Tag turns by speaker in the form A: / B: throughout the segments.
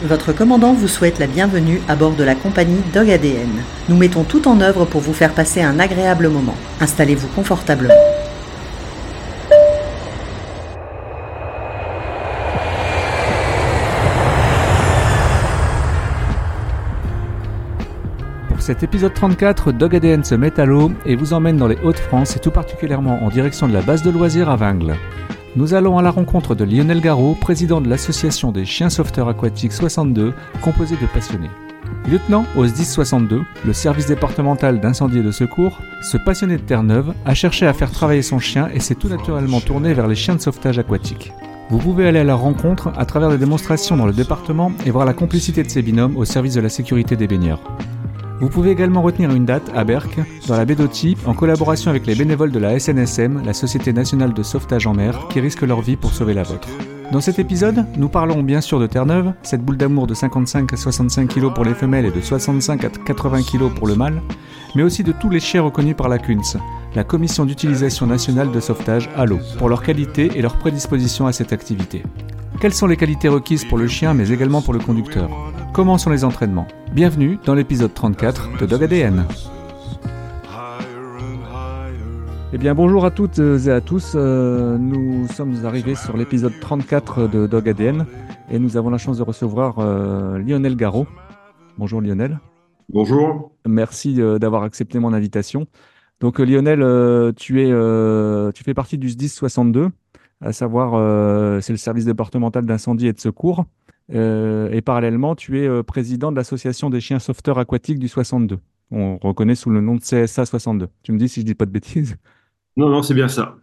A: Votre commandant vous souhaite la bienvenue à bord de la compagnie Dog ADN. Nous mettons tout en œuvre pour vous faire passer un agréable moment. Installez-vous confortablement.
B: Pour cet épisode 34, Dog ADN se met à l'eau et vous emmène dans les Hauts-de-France et tout particulièrement en direction de la base de loisirs à Vingles. Nous allons à la rencontre de Lionel Garot, président de l'association des chiens sauveteurs aquatiques 62, composée de passionnés. Lieutenant au SDIS 62, le service départemental d'incendie et de secours, ce passionné de Terre-Neuve a cherché à faire travailler son chien et s'est tout naturellement tourné vers les chiens de sauvetage aquatique. Vous pouvez aller à leur rencontre à travers des démonstrations dans le département et voir la complicité de ces binômes au service de la sécurité des baigneurs. Vous pouvez également retenir une date à Berck, dans la baie d'Authie, en collaboration avec les bénévoles de la SNSM, la Société Nationale de Sauvetage en Mer, qui risquent leur vie pour sauver la vôtre. Dans cet épisode, nous parlons bien sûr de Terre-Neuve, cette boule d'amour de 55 à 65 kg pour les femelles et de 65 à 80 kg pour le mâle, mais aussi de tous les chiens reconnus par la CUNS, la Commission d'utilisation nationale de sauvetage à l'eau, pour leur qualité et leur prédisposition à cette activité. Quelles sont les qualités requises pour le chien, mais également pour le conducteur ? Comment sont les entraînements ? Bienvenue dans l'épisode 34 de Dog ADN. Eh bien, bonjour à toutes et à tous. Nous sommes arrivés sur l'épisode 34 de Dog ADN et nous avons la chance de recevoir Lionel Garot. Bonjour Lionel.
C: Bonjour.
B: Merci d'avoir accepté mon invitation. Donc Lionel, tu fais partie du SDIS 62, à savoir c'est le service départemental d'incendie et de secours. Et parallèlement, tu es président de l'association des chiens sauveteurs aquatiques du 62. On reconnaît sous le nom de CSA 62. Tu me dis si je dis pas de bêtises.
C: Non, c'est bien ça.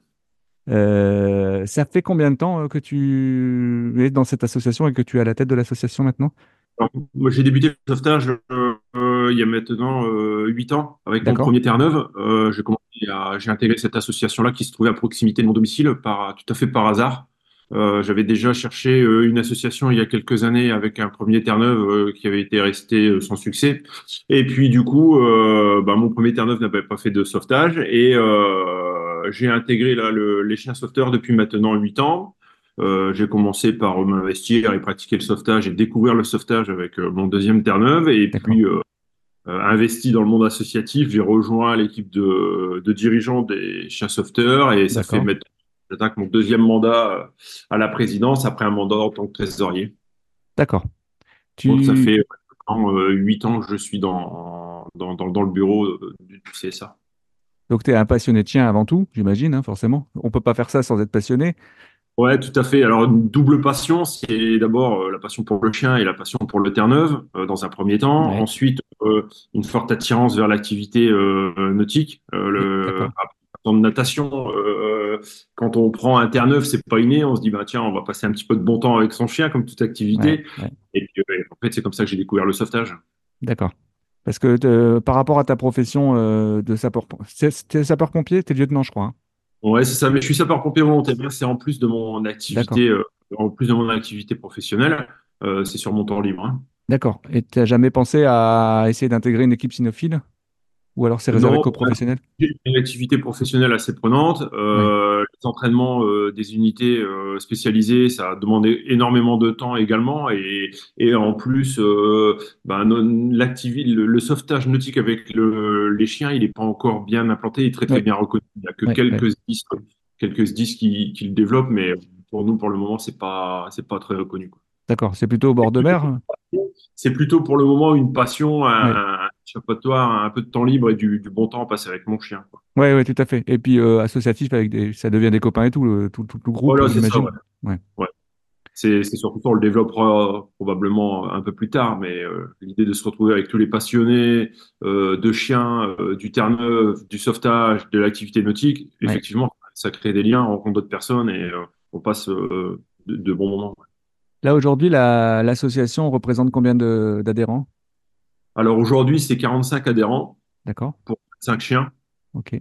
B: Ça fait combien de temps que tu es dans cette association et que tu es à la tête de l'association maintenant?
C: Alors, moi, j'ai débuté le sauvetage il y a maintenant 8 ans avec mon
B: D'accord.
C: premier Terre-Neuve. J'ai intégré cette association-là qui se trouvait à proximité de mon domicile tout à fait par hasard. J'avais déjà cherché une association il y a quelques années avec un premier Terre-Neuve qui avait été resté sans succès. Et puis du coup, mon premier Terre-Neuve n'avait pas fait de sauvetage et j'ai intégré là les chiens sauveteurs depuis maintenant 8 ans. J'ai commencé par m'investir et pratiquer le sauvetage et découvrir le sauvetage avec mon deuxième Terre-Neuve. Et
B: D'accord.
C: puis, investi dans le monde associatif, j'ai rejoint l'équipe de dirigeants des chiens sauveteurs et ça fait
B: D'accord.
C: maintenant, j'attaque mon deuxième mandat à la présidence après un mandat en tant que trésorier.
B: D'accord.
C: Donc, ça
B: Tu...
C: fait 8 ans que je suis dans le bureau du CSA.
B: Donc, tu es un passionné de chiens avant tout, j'imagine, hein, forcément. On ne peut pas faire ça sans être passionné.
C: Ouais, tout à fait. Alors, une double passion, c'est d'abord la passion pour le chien et la passion pour le Terre-Neuve, dans un premier temps.
B: Ouais.
C: Ensuite, une forte attirance vers l'activité nautique.
B: Oui, d'accord.
C: En natation, quand on prend un Terre-Neuve, c'est pas inné. On se dit, bah, tiens, on va passer un petit peu de bon temps avec son chien, comme toute
B: Ouais,
C: activité.
B: ouais.
C: Et puis, en fait, c'est comme ça que j'ai découvert le sauvetage.
B: D'accord. Parce que par rapport à ta profession de sapeur-pompier, t'es sapeur-pompier, t'es lieutenant, je crois, hein.
C: Ouais, c'est ça. Mais je suis sapeur-pompier volontaire. C'est
B: D'accord.
C: en plus de mon activité professionnelle. C'est sur mon temps libre, hein.
B: D'accord. Et tu n'as jamais pensé à essayer d'intégrer une équipe cynophile? Ou alors c'est réservé
C: Non,
B: qu'aux professionnels?
C: j'ai une activité professionnelle assez prenante.
B: Oui.
C: Les entraînements des unités spécialisées, ça a demandé énormément de temps également. Et en plus, le sauvetage nautique avec les chiens, il n'est pas encore bien implanté et très très
B: Oui.
C: bien reconnu. Il n'y a que
B: Oui. Oui.
C: quelques SDIS qui le développent, mais pour nous, pour le moment, c'est pas très reconnu, quoi.
B: D'accord. C'est plutôt au bord de mer?
C: C'est plutôt pour le moment une passion,
B: Oui.
C: un échappatoire, un peu de temps libre et du bon temps à passer avec mon chien, quoi.
B: Oui, oui, tout à fait. Et puis associatif, ça devient des copains et tout, tout le groupe,
C: Voilà, c'est ça, ouais.
B: j'imagine. Ouais.
C: Ouais. C'est surtout ça, on le développera probablement un peu plus tard, mais l'idée de se retrouver avec tous les passionnés de chiens, du Terre-Neuve, du sauvetage, de l'activité nautique,
B: Ouais.
C: effectivement, ça crée des liens, on rencontre d'autres personnes et on passe de bons moments.
B: Là, aujourd'hui, l'association représente combien d'adhérents?
C: Alors aujourd'hui, c'est 45 adhérents
B: D'accord.
C: pour 5 chiens.
B: OK.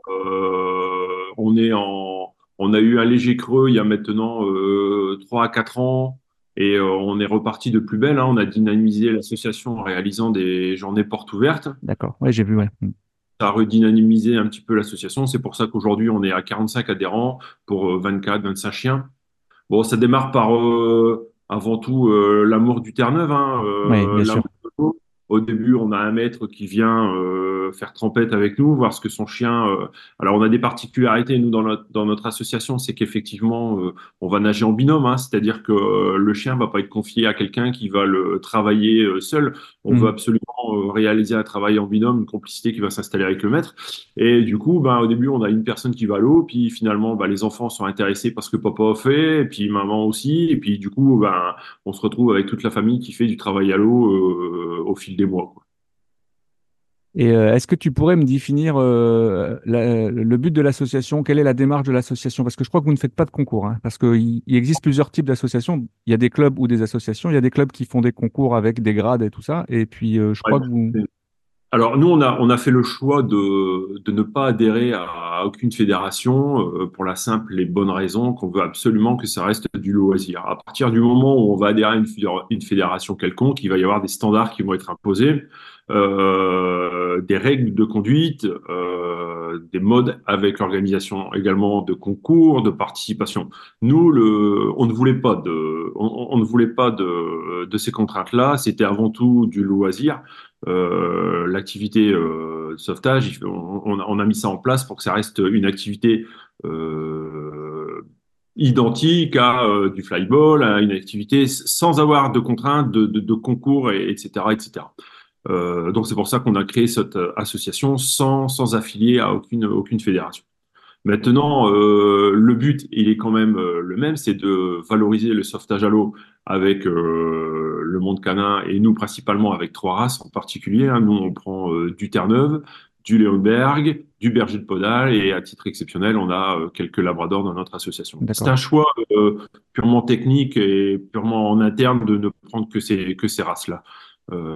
C: On a eu un léger creux il y a maintenant 3 à 4 ans et on est reparti de plus belle, hein. On a dynamisé l'association en réalisant des journées portes ouvertes.
B: D'accord. Oui, j'ai vu, ouais.
C: Ça a redynamisé un petit peu l'association. C'est pour ça qu'aujourd'hui, on est à 45 adhérents pour 24, 25 chiens. Bon, ça démarre par avant tout l'amour du Terre-Neuve, hein,
B: Oui, bien
C: l'amour
B: sûr.
C: de l'eau. Au début, on a un maître qui vient faire trempette avec nous, voir ce que son chien. Alors, on a des particularités, nous, dans notre association, c'est qu'effectivement, on va nager en binôme, hein, c'est-à-dire que le chien va pas être confié à quelqu'un qui va le travailler seul. On veut
B: Hmm.
C: absolument réaliser un travail en binôme, une complicité qui va s'installer avec le maître. Et du coup, ben, au début, on a une personne qui va à l'eau, puis finalement, ben, les enfants sont intéressés parce que papa a fait, et puis maman aussi, et puis du coup, ben, on se retrouve avec toute la famille qui fait du travail à l'eau au fil des mois, quoi.
B: Et est-ce que tu pourrais me définir le but de l'association? Quelle est la démarche de l'association? Parce que je crois que vous ne faites pas de concours, hein, parce qu'il existe plusieurs types d'associations. Il y a des clubs ou des associations, il y a des clubs qui font des concours avec des grades et tout ça. Et puis, je crois que vous...
C: Ouais. Alors, nous, on a fait le choix de ne pas adhérer à aucune fédération pour la simple et bonne raison qu'on veut absolument que ça reste du loisir. À partir du moment où on va adhérer à une fédération quelconque, il va y avoir des standards qui vont être imposés, des règles de conduite, des modes avec l'organisation également de concours, de participation. Nous, on ne voulait pas on ne voulait pas de ces contraintes-là. C'était avant tout du loisir. L'activité de sauvetage, on a mis ça en place pour que ça reste une activité euh, identique à du flyball, à une activité sans avoir de contraintes de concours, etc., etc. Donc c'est pour ça qu'on a créé cette association sans affilier à aucune fédération. Maintenant, le but, il est quand même le même, c'est de valoriser le sauvetage à l'eau avec le monde canin et nous principalement avec trois races en particulier, hein. Nous, on prend du Terre-Neuve, du Léonberg, du Berger de Podal et à titre exceptionnel, on a quelques labradors dans notre association. C'est
B: D'accord.
C: un choix purement technique et purement en interne de ne prendre que ces races-là. Euh,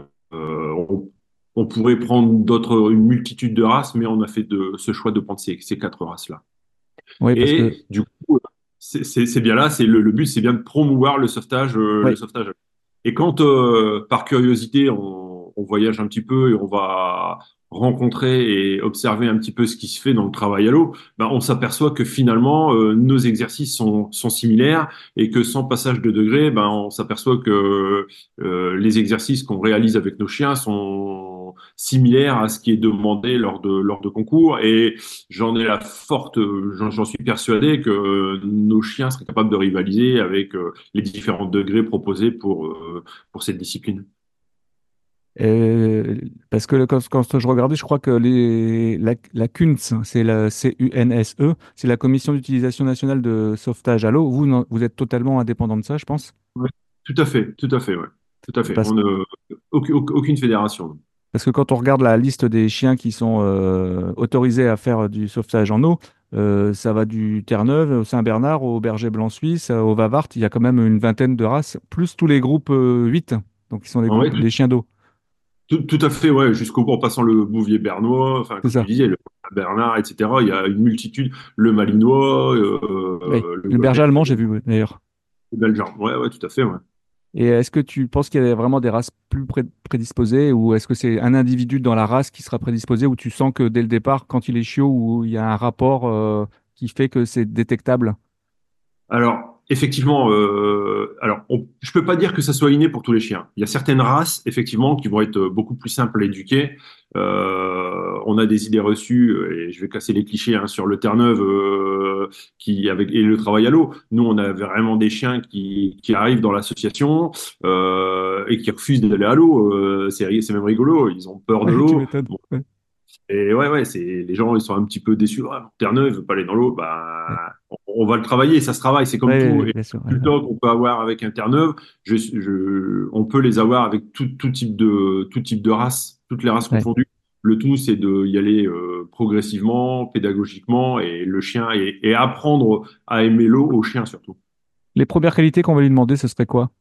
C: on pourrait prendre une multitude de races, mais on a fait ce choix de prendre ces quatre races-là.
B: Oui, parce que...
C: Et du coup, c'est bien là, le but, c'est bien de promouvoir le sauvetage, le
B: Oui,
C: sauvetage. Et quand, par curiosité, on voyage un petit peu et on va rencontrer et observer un petit peu ce qui se fait dans le travail à l'eau, ben, on s'aperçoit que finalement, nos exercices sont similaires et que sans passage de degré, ben, on s'aperçoit que les exercices qu'on réalise avec nos chiens sont similaires à ce qui est demandé lors de concours. Et j'en suis persuadé que nos chiens seraient capables de rivaliser avec les différents degrés proposés pour cette discipline.
B: parce que quand je regardais, je crois que la CUNS, c'est la CUNSE, c'est la Commission d'utilisation nationale de sauvetage à l'eau. Vous, vous êtes totalement indépendant de ça, je pense.
C: Ouais. Tout à fait, ouais. Tout à fait.
B: Parce
C: Aucune fédération.
B: Parce que quand on regarde la liste des chiens qui sont autorisés à faire du sauvetage en eau, ça va du Terre-Neuve au Saint-Bernard, au Berger Blanc Suisse, au Vavart, il y a quand même une vingtaine de races, plus tous les groupes 8, donc qui sont les
C: Ouais,
B: groupes des chiens d'eau.
C: tout à fait, ouais, en passant le Bouvier bernois, enfin,
B: C'est
C: comme tu
B: ça.
C: disais, le Bernard, etc. Il y a une multitude, le Malinois,
B: Oui.
C: le
B: Le berger
C: Gollet,
B: allemand, j'ai vu, ouais, d'ailleurs.
C: le Belgian. Ouais, ouais, tout à fait, ouais.
B: Et est-ce que tu penses qu'il y a vraiment des races plus prédisposées ou est-ce que c'est un individu dans la race qui sera prédisposé ou tu sens que dès le départ, quand il est chiot, ou il y a un rapport qui fait que c'est détectable?
C: Alors, effectivement, je peux pas dire que ça soit inné pour tous les chiens. Il y a certaines races, effectivement, qui vont être beaucoup plus simples à éduquer. On a des idées reçues, et je vais casser les clichés hein, sur le Terre-Neuve et le travail à l'eau. Nous, on a vraiment des chiens qui arrivent dans l'association et qui refusent d'aller à l'eau. C'est même rigolo. Ils ont peur de
B: Ouais, tu
C: l'eau.
B: m'étonnes.
C: Bon,
B: Ouais.
C: et ouais, les gens, ils sont un petit peu déçus. Ah, Terre-Neuve, il veut pas aller dans l'eau.
B: Ouais,
C: Bah, on va le travailler, ça se travaille. C'est comme tout.
B: ouais,
C: Et
B: bien sûr. Ouais,
C: les
B: ouais.
C: résultats qu'on peut avoir avec un Terre-Neuve, on peut les avoir avec tout type de race, toutes les races
B: Ouais.
C: confondues. Le tout, c'est de y aller progressivement, pédagogiquement, et le chien, et apprendre à aimer l'eau au chien surtout.
B: Les premières qualités qu'on va lui demander, ce serait quoi?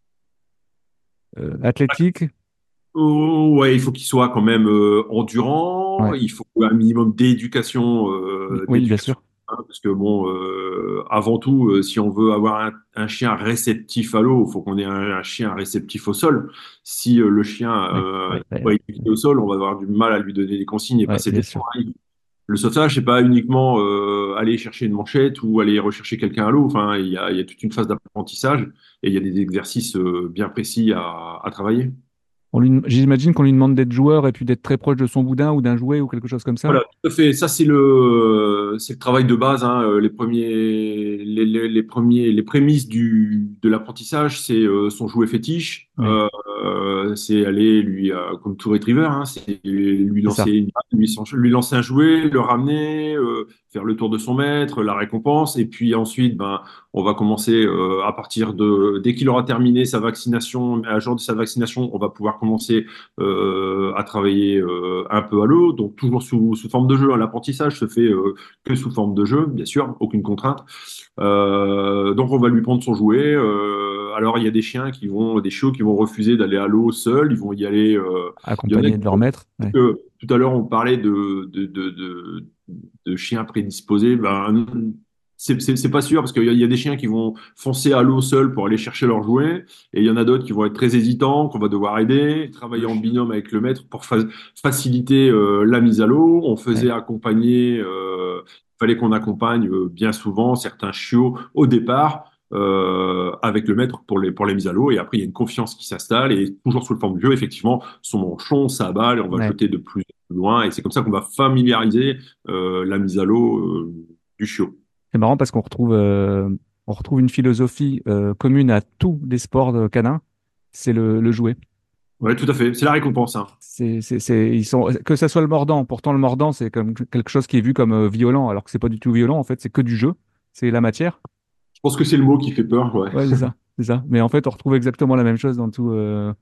B: Athlétique?
C: Oh, ouais, il faut qu'il soit quand même endurant,
B: Ouais.
C: il faut un minimum d'éducation,
B: Oui, bien sûr.
C: hein, parce que bon, avant tout, si on veut avoir un chien réceptif à l'eau, il faut qu'on ait un chien réceptif au sol. Si le chien
B: Ouais,
C: n'est
B: ouais, ouais,
C: pas
B: ouais,
C: éduqué au sol, on va avoir du mal à lui donner des consignes et
B: ouais,
C: passer
B: bien
C: des temps,
B: sûr.
C: hein. Le sauvetage, c'est pas uniquement aller chercher une manchette ou aller rechercher quelqu'un à l'eau. Enfin, il y a toute une phase d'apprentissage et il y a des exercices bien précis à travailler.
B: J'imagine qu'on lui demande d'être joueur et puis d'être très proche de son boudin ou d'un jouet ou quelque chose comme ça.
C: Voilà, tout à fait. Ça, c'est le travail de base, hein. Les prémices de l'apprentissage, c'est son jouet fétiche.
B: Oui,
C: C'est aller comme tout retriever, hein, c'est lui
B: c'est ça.
C: lancer lui lancer un jouet, le ramener, faire le tour de son maître, la récompense, et puis ensuite, ben, on va commencer à partir dès qu'il aura terminé sa vaccination, à jour de sa vaccination, on va pouvoir commencer à travailler un peu à l'eau, donc toujours sous forme de jeu, hein. L'apprentissage se fait que sous forme de jeu, bien sûr, aucune contrainte. Donc on va lui prendre son jouet. Alors il y a des chiots qui vont refuser d'aller à l'eau seuls, ils vont y aller. Il y en a
B: Accompagné de leur maître. Ouais.
C: tout à l'heure on parlait de chiens prédisposés. Ben, c'est pas sûr parce qu'il y a des chiens qui vont foncer à l'eau seuls pour aller chercher leur jouet et il y en a d'autres qui vont être très hésitants, qu'on va devoir aider, travailler en binôme avec le maître pour faciliter la mise à l'eau. On faisait
B: Ouais.
C: accompagner, fallait qu'on accompagne bien souvent certains chiots au départ avec le maître pour les mises à l'eau et après il y a une confiance qui s'installe et toujours sous le forme du jeu, effectivement, son manchon, sa balle et on va
B: Ouais.
C: jeter de plus en plus loin et c'est comme ça qu'on va familiariser la mise à l'eau du chiot.
B: C'est marrant parce on retrouve une philosophie commune à tous les sports canins, c'est le jouet.
C: Ouais, tout à fait. C'est la récompense, hein.
B: Ils sont, que ça soit le mordant, pourtant le mordant, c'est comme quelque chose qui est vu comme violent, alors que c'est pas du tout violent, en fait, c'est que du jeu, c'est la matière.
C: Je pense que c'est le mot qui fait peur, ouais.
B: Ouais, c'est ça, c'est ça. Mais en fait, on retrouve exactement la même chose dans tout.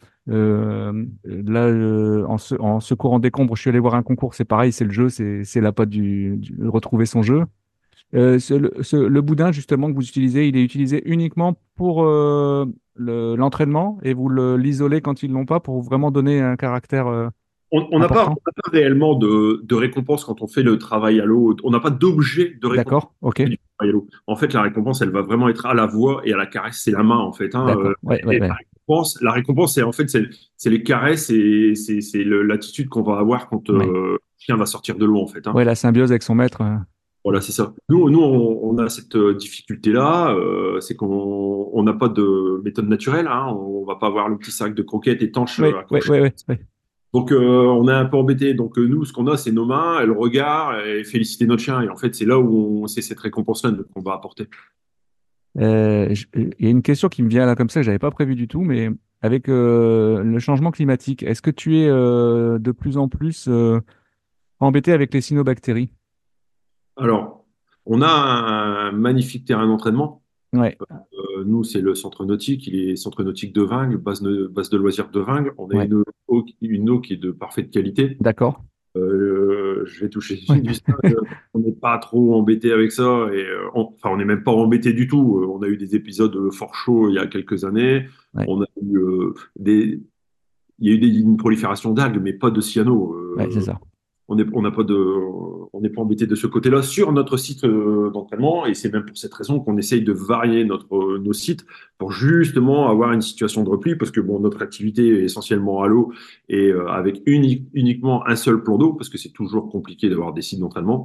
B: Là, en secours en décombre, je suis allé voir un concours, c'est pareil, c'est le jeu, c'est la pote retrouver son jeu. Le boudin, justement, que vous utilisez, il est utilisé uniquement pour l'entraînement et vous l'isolez quand ils l'ont pas pour vraiment donner un caractère important.
C: On n'a pas réellement de récompense quand on fait le travail à l'eau. On n'a pas d'objet de récompense
B: D'accord, ok,
C: du travail à l'eau. En fait, la récompense, elle va vraiment être à la voix et à la caresse. C'est la main, en fait, hein.
B: d'accord, ouais, ouais,
C: Et
B: ouais.
C: la récompense, c'est en fait, c'est les caresses et c'est l'attitude qu'on va avoir quand
B: Ouais.
C: le chien va sortir de l'eau, en fait, hein.
B: Ouais, la symbiose avec son maître.
C: Voilà, c'est ça. Nous on a cette difficulté-là, c'est qu'on n'a pas de méthode naturelle, hein. On va pas avoir le petit sac de croquettes étanches
B: Ouais, ouais,
C: accroché.
B: ouais, ouais, ouais.
C: Donc, on est un peu embêté. Donc, nous, ce qu'on a, c'est nos mains, elles regardent et féliciter notre chien. Et en fait, c'est là où c'est cette récompense-là qu'on va apporter.
B: Il y a une question qui me vient là comme ça, que j'avais pas prévu du tout, mais avec le changement climatique, est-ce que tu es de plus en plus embêté avec les cyanobactéries?
C: Alors, on a un magnifique terrain d'entraînement.
B: Ouais,
C: Nous, c'est le centre nautique. Il est centre nautique de Vingues, base de loisirs de Vingues. On a
B: ouais,
C: une eau qui est de parfaite qualité.
B: d'accord.
C: Je vais toucher
B: Ouais,
C: du stade. On n'est pas trop embêté avec ça. Et, enfin, on n'est même pas embêté du tout. On a eu des épisodes fort chauds il y a quelques années.
B: ouais,
C: On a eu il y a eu une prolifération d'algues, mais pas de cyano.
B: ouais, c'est ça.
C: On n'a pas on n'est pas embêté de ce côté-là sur notre site d'entraînement, et c'est même pour cette raison qu'on essaye de varier nos sites pour justement avoir une situation de repli, parce que bon, notre activité est essentiellement à l'eau et avec uniquement un seul plan d'eau, parce que c'est toujours compliqué d'avoir des sites d'entraînement.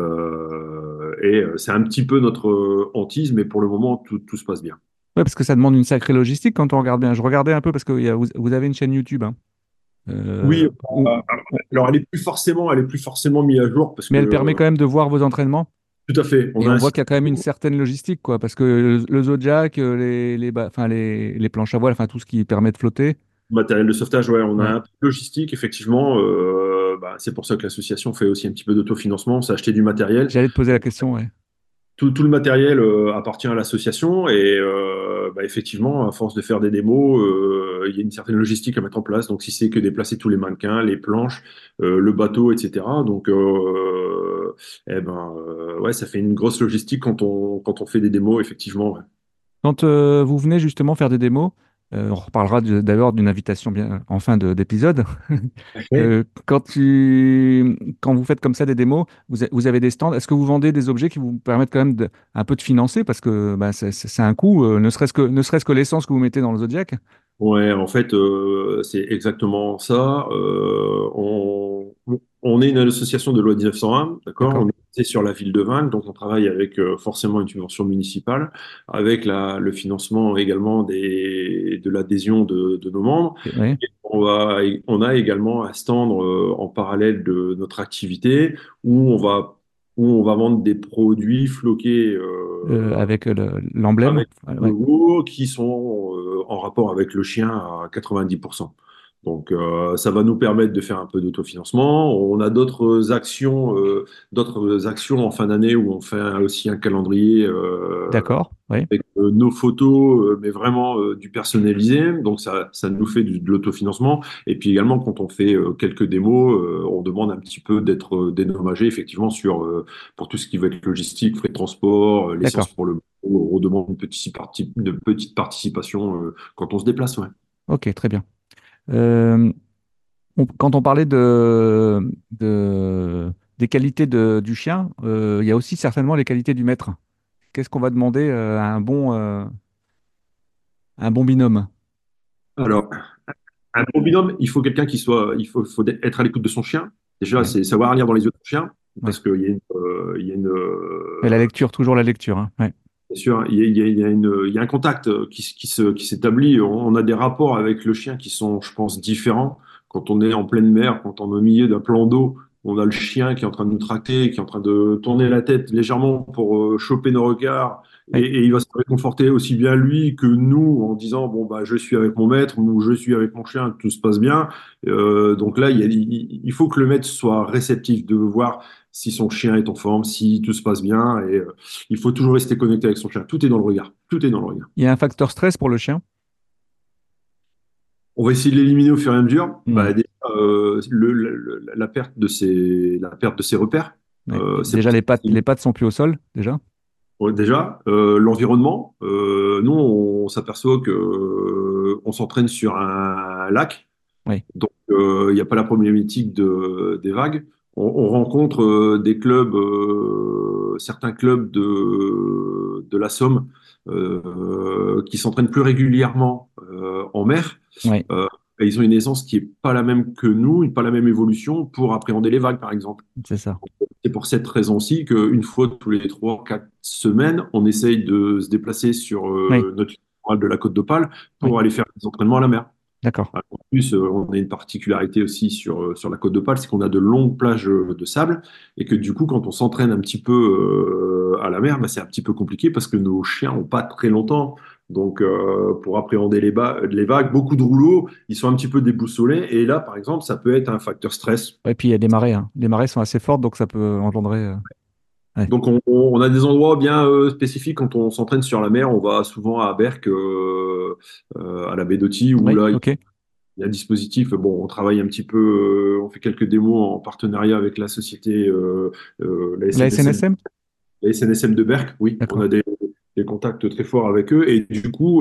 C: C'est un petit peu notre hantise, mais pour le moment, tout se passe bien.
B: Ouais, parce que ça demande une sacrée logistique quand on regarde bien. Je regardais un peu parce que vous avez une chaîne YouTube, hein,
C: Oui,
B: où-
C: alors elle est plus forcément mise à jour parce
B: mais
C: que
B: elle permet quand même de voir vos entraînements.
C: tout à fait, on
B: Et
C: a
B: on
C: un
B: voit
C: site
B: qu'il y a quand même une certaine logistique, quoi, parce que le Zodiac, enfin, les planches à voile, enfin tout ce qui permet de flotter.
C: matériel de sauvetage, ouais, on a
B: Ouais.
C: un peu de logistique, effectivement. Bah, c'est pour ça que l'association fait aussi un petit peu d'autofinancement, on s'est acheté du matériel.
B: J'allais te poser la question, ouais.
C: Tout le matériel appartient à l'association et bah, effectivement, à force de faire des démos, il y a une certaine logistique à mettre en place. Donc, si c'est que déplacer tous les mannequins, les planches, le bateau, etc. Donc, ouais, ça fait une grosse logistique quand on fait des démos, effectivement. Ouais.
B: Quand vous venez justement faire des démos, on reparlera d'abord d'une invitation bien en fin d'épisode.
C: Ouais.
B: Quand vous faites comme ça des démos, vous avez des stands. Est-ce que vous vendez des objets qui vous permettent quand même un peu de financer parce que bah, c'est un coût, ne serait-ce que l'essence que vous mettez dans le Zodiac.
C: Ouais, en fait, c'est exactement ça. On est une association de loi 1901, d'accord? On
B: D'accord.
C: est basé sur la ville de Vannes, donc on travaille avec forcément une subvention municipale, avec le financement également de l'adhésion de nos membres.
B: Oui,
C: Et on a également un stand en parallèle de notre activité où on va vendre des produits floqués
B: avec l'emblème.
C: avec
B: Ouais,
C: le
B: ouais.
C: logo qui sont en rapport avec le chien à 90%. Donc, ça va nous permettre de faire un peu d'autofinancement. On a d'autres actions en fin d'année où on fait aussi un calendrier
B: D'accord. Oui.
C: avec nos photos, mais vraiment du personnalisé. Donc, ça nous fait de l'autofinancement. Et puis également, quand on fait quelques démos, on demande un petit peu d'être dédommagé effectivement pour tout ce qui va être logistique, frais de transport, l'essence
B: D'accord.
C: pour le. On demande une petite participation quand on se déplace. Ouais.
B: Ok, très bien. Euh, Quand on parlait des qualités du chien, il y a aussi certainement les qualités du maître. Qu'est-ce qu'on va demander à un bon binôme?
C: Alors, un bon binôme, il faut quelqu'un faut être à l'écoute de son chien. Déjà,
B: Oui,
C: c'est savoir lire dans les yeux de son chien,
B: oui.
C: parce il y a
B: Mais la lecture, toujours la lecture, hein. Ouais.
C: bien sûr, il y a un contact qui s'établit. On a des rapports avec le chien qui sont, je pense, différents. Quand on est en pleine mer, quand on est au milieu d'un plan d'eau, on a le chien qui est en train de nous tracter, qui est en train de tourner la tête légèrement pour choper nos regards.
B: Oui.
C: Et il va se réconforter aussi bien lui que nous en disant, bon, bah, je suis avec mon maître ou je suis avec mon chien, tout se passe bien. Donc là, il faut que le maître soit réceptif de voir si son chien est en forme, si tout se passe bien. Et il faut toujours rester connecté avec son chien. Tout est dans le regard. Tout est dans le regard.
B: Il y a un facteur stress pour le chien?
C: On va essayer de l'éliminer au fur et à mesure.
B: Hmm.
C: Bah, déjà, la perte de ses repères.
B: Ouais.
C: C'est
B: Déjà, les pattes sont plus au sol, déjà.
C: ouais, déjà, l'environnement. Nous, on s'aperçoit que on s'entraîne sur un lac.
B: Oui,
C: Donc, il n'y a pas la problématique des vagues. On rencontre certains clubs de la Somme qui s'entraînent plus régulièrement en mer.
B: oui,
C: Euh, et ils ont une aisance qui est pas la même que nous, pas la même évolution pour appréhender les vagues, par exemple.
B: c'est ça.
C: C'est pour cette raison-ci qu'une fois tous les 3, 4 semaines, on essaye de se déplacer sur
B: Oui,
C: notre littoral de la Côte d'Opale
B: oui,
C: pour aller faire des entraînements à la mer.
B: d'accord.
C: En plus, on a une particularité aussi sur la Côte d'Opale, c'est qu'on a de longues plages de sable et que du coup, quand on s'entraîne un petit peu à la mer, bah, c'est un petit peu compliqué parce que nos chiens n'ont pas très longtemps. Donc, pour appréhender les vagues, beaucoup de rouleaux, ils sont un petit peu déboussolés. Et là, par exemple, ça peut être un facteur stress.
B: Et puis, il y a des marées, hein. Les marées sont assez fortes, donc ça peut engendrer. Ouais.
C: Donc, on a des endroits bien spécifiques quand on s'entraîne sur la mer. On va souvent à Berck, à la baie d'Auty, où
B: Oui,
C: là,
B: ok.
C: il y a un dispositif. Bon, on travaille un petit peu, on fait quelques démos en partenariat avec la société, la
B: La
C: SNSM,
B: SNSM?
C: la SNSM de Berck. Oui, on
B: D'accord.
C: a des contacts très forts avec eux. Et du coup,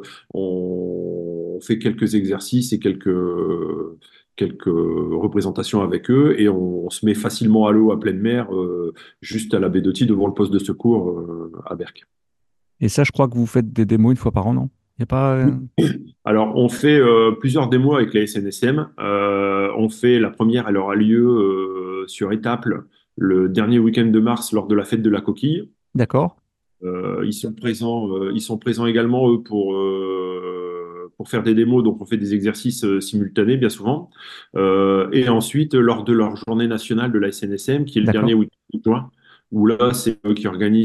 C: on fait quelques exercices et quelques représentations avec eux. Et on se met facilement à l'eau à pleine mer, juste à la baie d'Auty, devant le poste de secours à Berck.
B: Et ça, je crois que vous faites des démos une fois par an, non? Il n'y a pas.
C: Alors, on fait plusieurs démos avec la SNSM. On fait la première, elle aura lieu sur Étaples le dernier week-end de mars lors de la fête de la coquille.
B: D'accord.
C: Ils sont présents également eux pour faire des démos. Donc, on fait des exercices simultanés bien souvent. Et ensuite, lors de leur journée nationale de la SNSM, qui est le
B: D'accord.
C: dernier week-end de juin, où là, c'est eux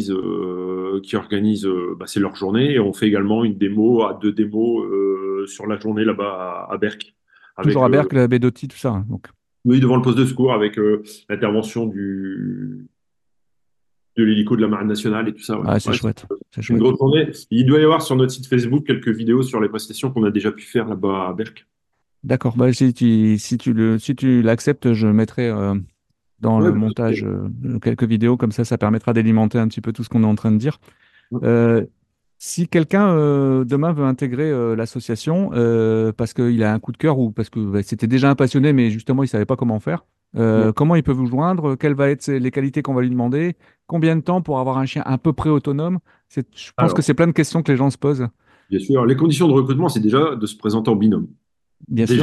C: bah, c'est leur journée. Et on fait également une démo à deux démos sur la journée là-bas à Berck,
B: Toujours
C: avec
B: à Berck, la baie d'Auty, tout ça, hein, donc.
C: oui, devant le poste de secours, avec l'intervention de l'hélico de la Marine nationale et tout ça. Ouais.
B: Ah, c'est
C: Ouais,
B: chouette. C'est
C: une
B: chouette.
C: grosse journée. Il doit y avoir sur notre site Facebook quelques vidéos sur les prestations qu'on a déjà pu faire là-bas à Berck.
B: D'accord. Bah, si tu l'acceptes, je mettrai dans
C: Ouais,
B: le montage quelques vidéos, comme ça permettra d'alimenter un petit peu tout ce qu'on est en train de dire. Euh, Si quelqu'un demain veut intégrer l'association parce qu'il a un coup de cœur ou parce que bah, c'était déjà un passionné, mais justement il ne savait pas comment faire,
C: ouais.
B: comment il peut vous joindre? Quelles vont être les qualités qu'on va lui demander? Combien de temps pour avoir un chien à peu près autonome? Je pense que
C: Alors,
B: c'est plein de questions que les gens se posent,
C: bien sûr, les conditions de recrutement, c'est déjà de se présenter en binôme.
B: bien
C: Déjà.
B: sûr.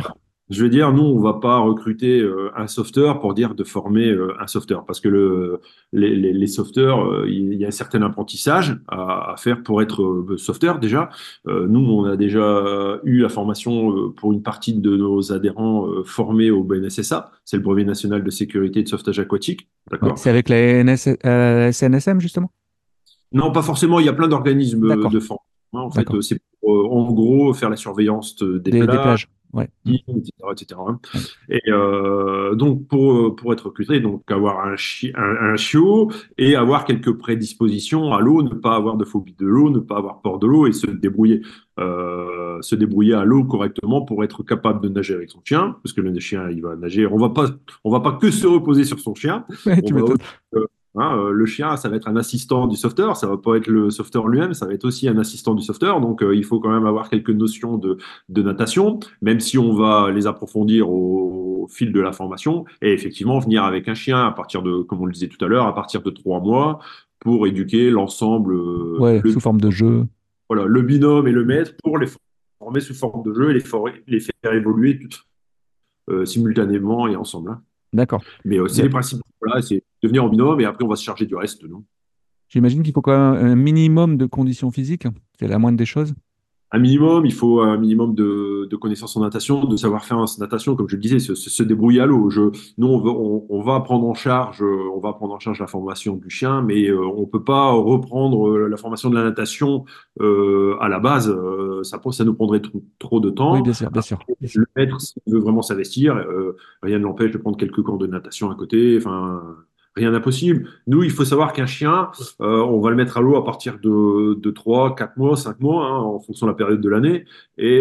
C: Je veux dire, nous, on va pas recruter un sauveteur pour dire de former un sauveteur, parce que les sauveteurs, il y a un certain apprentissage à faire pour être sauveteur déjà. Nous, on a déjà eu la formation pour une partie de nos adhérents formés au BNSSA, c'est le Brevet national de sécurité et de sauvetage aquatique,
B: Ouais,
C: d'accord?
B: c'est avec la SNSM, justement?
C: Non, pas forcément. Il y a plein d'organismes
B: D'accord,
C: de formation. En fait,
B: d'accord.
C: c'est pour, en gros, faire la surveillance des
B: Des
C: plages,
B: plages. Ouais.
C: etc., etc.
B: Ouais.
C: Et donc, pour être recruté, donc avoir un chiot et avoir quelques prédispositions à l'eau, ne pas avoir de phobie de l'eau, ne pas avoir peur de l'eau et se débrouiller à l'eau correctement pour être capable de nager avec son chien, parce que le chien, il va nager. On va pas que se reposer sur son chien.
B: Ouais,
C: On
B: tu
C: va
B: m'étonnes.
C: aussi, le chien, ça va être un assistant du sauveteur, ça va pas être le sauveteur lui-même, ça va être aussi un assistant du sauveteur. Donc, il faut quand même avoir quelques notions de natation, même si on va les approfondir au fil de la formation. Et effectivement, venir avec un chien à partir de, comme on le disait tout à l'heure, à partir de 3 mois pour éduquer l'ensemble,
B: Ouais, sous forme de jeu.
C: voilà, le binôme et le maître pour les former sous forme de jeu et les faire évoluer simultanément et ensemble, hein.
B: D'accord.
C: Mais c'est les principes, voilà, c'est de venir en binôme et après on va se charger du reste, non?
B: J'imagine qu'il faut quand même un minimum de conditions physiques. C'est la moindre des choses.
C: Un minimum, il faut un minimum de connaissances en natation, de savoir-faire en natation, comme je le disais, se débrouiller à l'eau. Nous, on va prendre en charge, la formation du chien, mais on peut pas reprendre la formation de la natation à la base. Ça nous prendrait trop de
B: Oui,
C: temps.
B: bien sûr, bien sûr,
C: Après,
B: bien sûr.
C: le maître, s'il veut vraiment s'investir, rien ne l'empêche de prendre quelques cours de natation à côté. Enfin, rien d'impossible. Nous, il faut savoir qu'un chien, on va le mettre à l'eau à partir de 3, 4 mois, 5 mois, hein, en fonction de la période de l'année. Et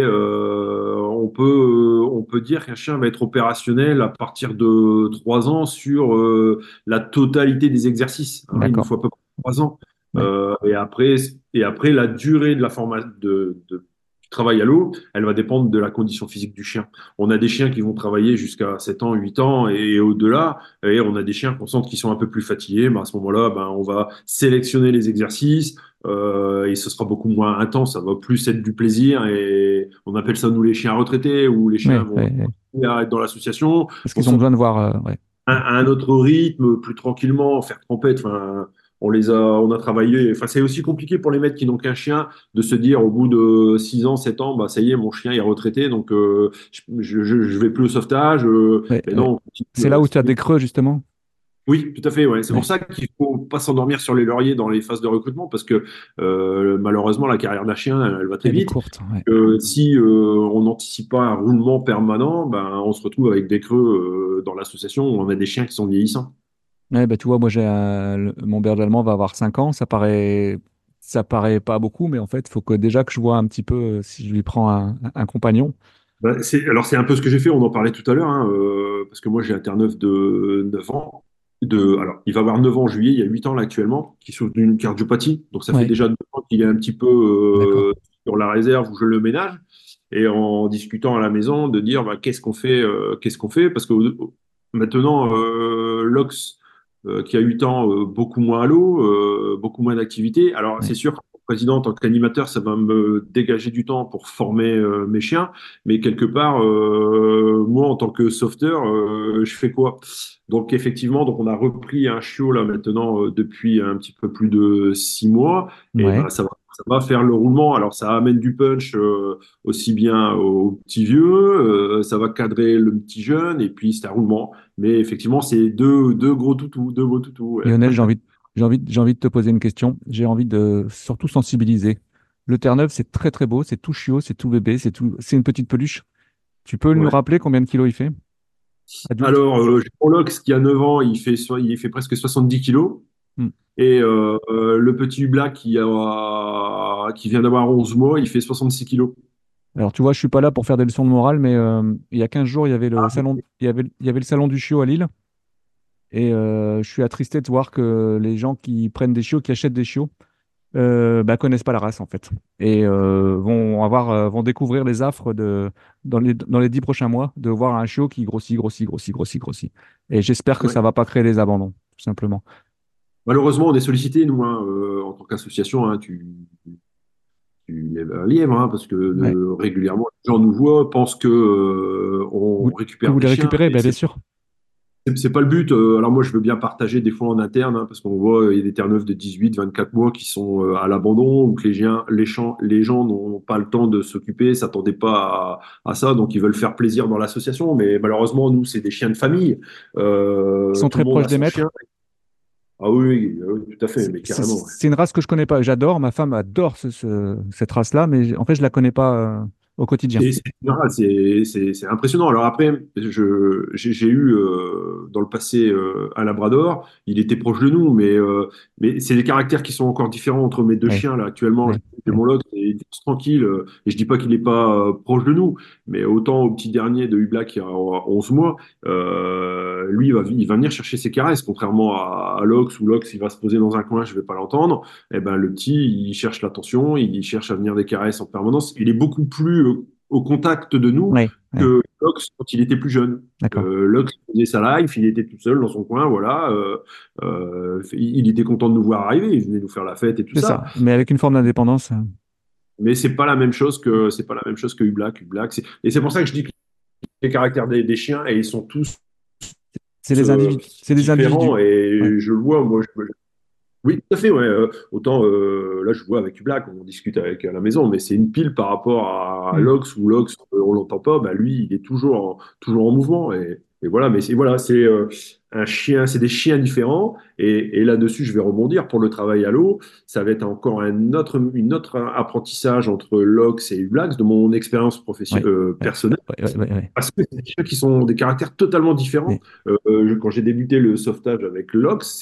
C: on peut dire qu'un chien va être opérationnel à partir de 3 ans sur la totalité des exercices, hein. Il nous
B: D'accord.
C: faut à peu près 3 ans.
B: Ouais.
C: Et après, la durée de la formation du travail à l'eau, elle va dépendre de la condition physique du chien. On a des chiens qui vont travailler jusqu'à 7 ans, 8 ans et au-delà. Et on a des chiens qu'on sent qui sont un peu plus fatigués. Ben, à ce moment-là, ben, on va sélectionner les exercices et ce sera beaucoup moins intense. Ça va plus être du plaisir. Et on appelle ça, nous, les chiens retraités ou les chiens
B: Ouais,
C: vont
B: ouais, ouais.
C: être dans l'association.
B: Parce
C: On
B: qu'ils ont
C: sent
B: besoin de voir. Ouais.
C: à un autre rythme, plus tranquillement, faire trompette. Enfin, on a travaillé. Enfin, c'est aussi compliqué pour les maîtres qui n'ont qu'un chien de se dire au bout de 6 ans, 7 ans, bah, ça y est, mon chien est retraité, donc je vais plus au sauvetage.
B: Ouais,
C: Mais
B: ouais.
C: non, on
B: C'est
C: continue
B: là
C: à
B: où
C: se
B: tu as des creux, justement.
C: oui, tout à fait. Ouais. C'est pour
B: Ouais.
C: ça qu'il faut pas s'endormir sur les lauriers dans les phases de recrutement parce que malheureusement, la carrière d'un chien, elle va très
B: Elle est
C: vite.
B: courte. Ouais.
C: Si on n'anticipe pas un roulement permanent, ben, on se retrouve avec des creux dans l'association où on a des chiens qui sont vieillissants.
B: Ouais, bah, tu vois, moi, mon berger allemand va avoir 5 ans. Ça paraît pas beaucoup, mais en fait, il faut que déjà que je vois un petit peu si je lui prends un compagnon.
C: Ben, alors c'est un peu ce que j'ai fait, on en parlait tout à l'heure, hein, parce que moi j'ai un Terre-Neuve de 9 ans. Alors, il va avoir 9 ans en juillet, il y a 8 ans là actuellement, qui souffre d'une cardiopathie. Donc ça fait
B: Ouais,
C: déjà 9 ans qu'il est un petit peu
B: d'accord.
C: sur la réserve où je le ménage. Et en discutant à la maison, de dire bah, qu'est-ce qu'on fait? Parce que maintenant, Lox, qui a 8 ans, beaucoup moins à l'eau, beaucoup moins d'activité. Alors c'est
B: Ouais.
C: sûr président, en tant qu'animateur, ça va me dégager du temps pour former mes chiens. Mais quelque part, moi, en tant que sauveteur, je fais quoi? Donc, effectivement, donc on a repris un chiot là maintenant depuis un petit peu plus de 6 mois. Et
B: Ouais.
C: ben, ça va faire le roulement. Alors, ça amène du punch aussi bien au petit vieux, ça va cadrer le petit jeune, et puis c'est un roulement. Mais effectivement, c'est deux gros toutous, deux beaux toutous. Ouais.
B: Lionel, j'ai envie de te poser une question. J'ai envie de surtout sensibiliser. Le Terre-Neuve, c'est très très beau, c'est tout chiot, c'est tout bébé, c'est une petite peluche. Tu peux nous
C: Ouais.
B: rappeler combien de kilos il fait, adulte?
C: Alors, mon Lox, qui a 9 ans, il fait presque 70 kilos.
B: Hmm.
C: Et le petit Black qui vient d'avoir 11 mois, il fait 66 kilos.
B: Alors, tu vois, je suis pas là pour faire des leçons de morale, mais il y a 15 jours, il y avait le salon, il y avait le salon du chiot à Lille. Et je suis attristé de voir que les gens qui prennent des chiots, qui achètent des chiots, bah, connaissent pas la race en fait. Et vont découvrir les affres dans les 10 prochains mois de voir un chiot qui grossit, grossit, grossit, grossit, grossit. Et j'espère que
C: Ouais.
B: ça va pas créer des abandons, tout simplement.
C: Malheureusement, on est sollicité, nous, hein, en tant qu'association, hein, tu lèves un lièvre, hein, parce que
B: Ouais.
C: régulièrement, les gens nous voient, pensent que on
B: Que
C: récupère
B: vous
C: des
B: les
C: chiens,
B: récupérez,
C: et
B: ben, bien sûr.
C: c'est pas le but. Alors moi, je veux bien partager des fois en interne, hein, parce qu'on voit il y a des Terre-Neuves de 18, 24 mois qui sont à l'abandon, ou que les gens n'ont pas le temps de s'occuper, s'attendaient pas à ça, donc ils veulent faire plaisir dans l'association. Mais malheureusement, nous, c'est des chiens de famille.
B: Ils sont
C: Tout le
B: très
C: monde
B: proches
C: a
B: des
C: son
B: maîtres.
C: chien. Ah oui, oui, tout à fait,
B: C'est
C: mais
B: c'est-
C: carrément. Ouais.
B: c'est une race que je connais pas. J'adore. Ma femme adore cette race-là, mais en fait, je la connais pas au quotidien.
C: C'est impressionnant. Alors après, j'ai eu dans le passé un Labrador. Il était proche de nous, mais c'est des caractères qui sont encore différents entre mes deux
B: Ouais,
C: chiens là. Actuellement,
B: ouais,
C: j'ai
B: ouais.
C: mon Lux et il est tranquille. Et je dis pas qu'il n'est pas proche de nous, mais autant au petit dernier de Hublak qui a 11 mois, lui il va venir chercher ses caresses, contrairement à Lox où Lox il va se poser dans un coin, je vais pas l'entendre. Eh ben le petit, il cherche l'attention, il cherche à venir des caresses en permanence. Il est beaucoup plus au contact de nous
B: Ouais, ouais.
C: que Lox quand il était plus jeune.
B: D'accord.
C: Lox faisait sa life, il était tout seul dans son coin, voilà. Il était content de nous voir arriver, il venait nous faire la fête et tout
B: C'est
C: ça.
B: ça. Mais avec une forme d'indépendance.
C: Mais c'est pas la même chose que Hublak. Et c'est pour ça que je dis que les caractères des chiens et ils sont tous
B: C'est les individus. C'est des
C: différents
B: individus. Ouais.
C: et je le vois moi. Oui, tout à fait. Ouais. Autant là, je vois avec Black, on discute avec à la maison, mais c'est une pile par rapport à
B: Hmm.
C: Lox où Lox, on l'entend pas. Bah, lui, il est toujours en mouvement. Et voilà, mais c'est un chien, c'est des chiens différents. Et là-dessus, je vais rebondir pour le travail à l'eau. Ça va être encore une autre apprentissage entre Lox et Ublax de mon expérience
B: Ouais, ouais,
C: personnelle.
B: ouais, ouais, ouais, ouais.
C: Parce que c'est des chiens qui sont des caractères totalement
B: Mais-
C: différents. Quand j'ai débuté le sauvetage avec Lox,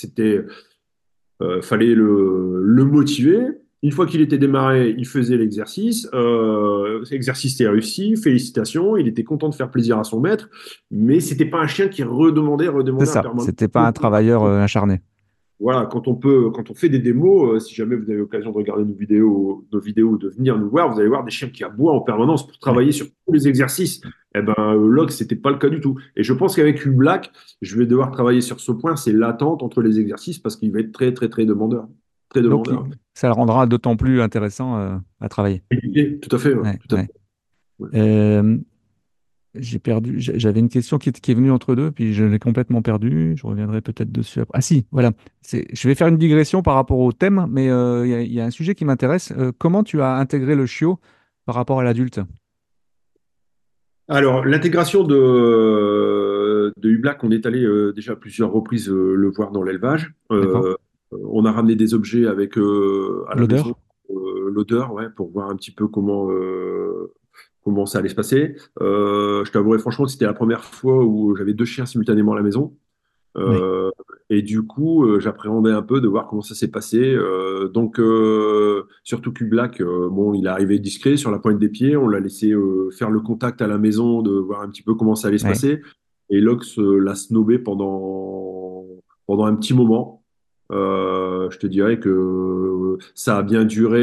C: fallait le motiver. Une fois qu'il était démarré, il faisait l'exercice. Exercice était réussi, félicitations. Il était content de faire plaisir à son maître, mais c'était pas un chien qui
B: C'est
C: redemandait en
B: ça.
C: permanence.
B: C'était pas un travailleur acharné.
C: Voilà, quand on fait des démos, si jamais vous avez l'occasion de regarder nos vidéos, de venir nous voir, vous allez voir des chiens qui aboient en permanence pour
B: Ouais.
C: travailler sur tous les exercices. Eh ben, Log, c'était pas le cas du tout. Et je pense qu'avec Black, je vais devoir travailler sur ce point, c'est l'attente entre les exercices parce qu'il va être très, très, très demandeur. Très
B: Donc,
C: demandeur.
B: ça le rendra d'autant plus intéressant à travailler.
C: Et tout à fait, ouais,
B: Ouais,
C: tout à
B: ouais.
C: fait. Ouais.
B: Euh, j'ai perdu. J'avais une question qui est venue entre deux, puis je l'ai complètement perdue. Je reviendrai peut-être dessus après. Ah si, voilà. Je vais faire une digression par rapport au thème, mais il y a un sujet qui m'intéresse. Comment tu as intégré le chiot par rapport à l'adulte?
C: Alors, l'intégration de Ublac, on est allé déjà à plusieurs reprises le voir dans l'élevage.
B: D'accord.
C: On a ramené des objets avec à la maison,
B: L'odeur?
C: l'odeur, ouais, pour voir un petit peu comment ça allait se passer. Je t'avouerai franchement que c'était la première fois où j'avais deux chiens simultanément à la maison.
B: Oui.
C: Euh, et du coup, j'appréhendais un peu de voir comment ça s'est passé. Donc, surtout Black, bon, il est arrivé discret sur la pointe des pieds. On l'a laissé faire le contact à la maison, de voir un petit peu comment ça allait se
B: Oui.
C: passer. Et Lox l'a snobé pendant un petit moment. Je te dirais que ça a bien duré.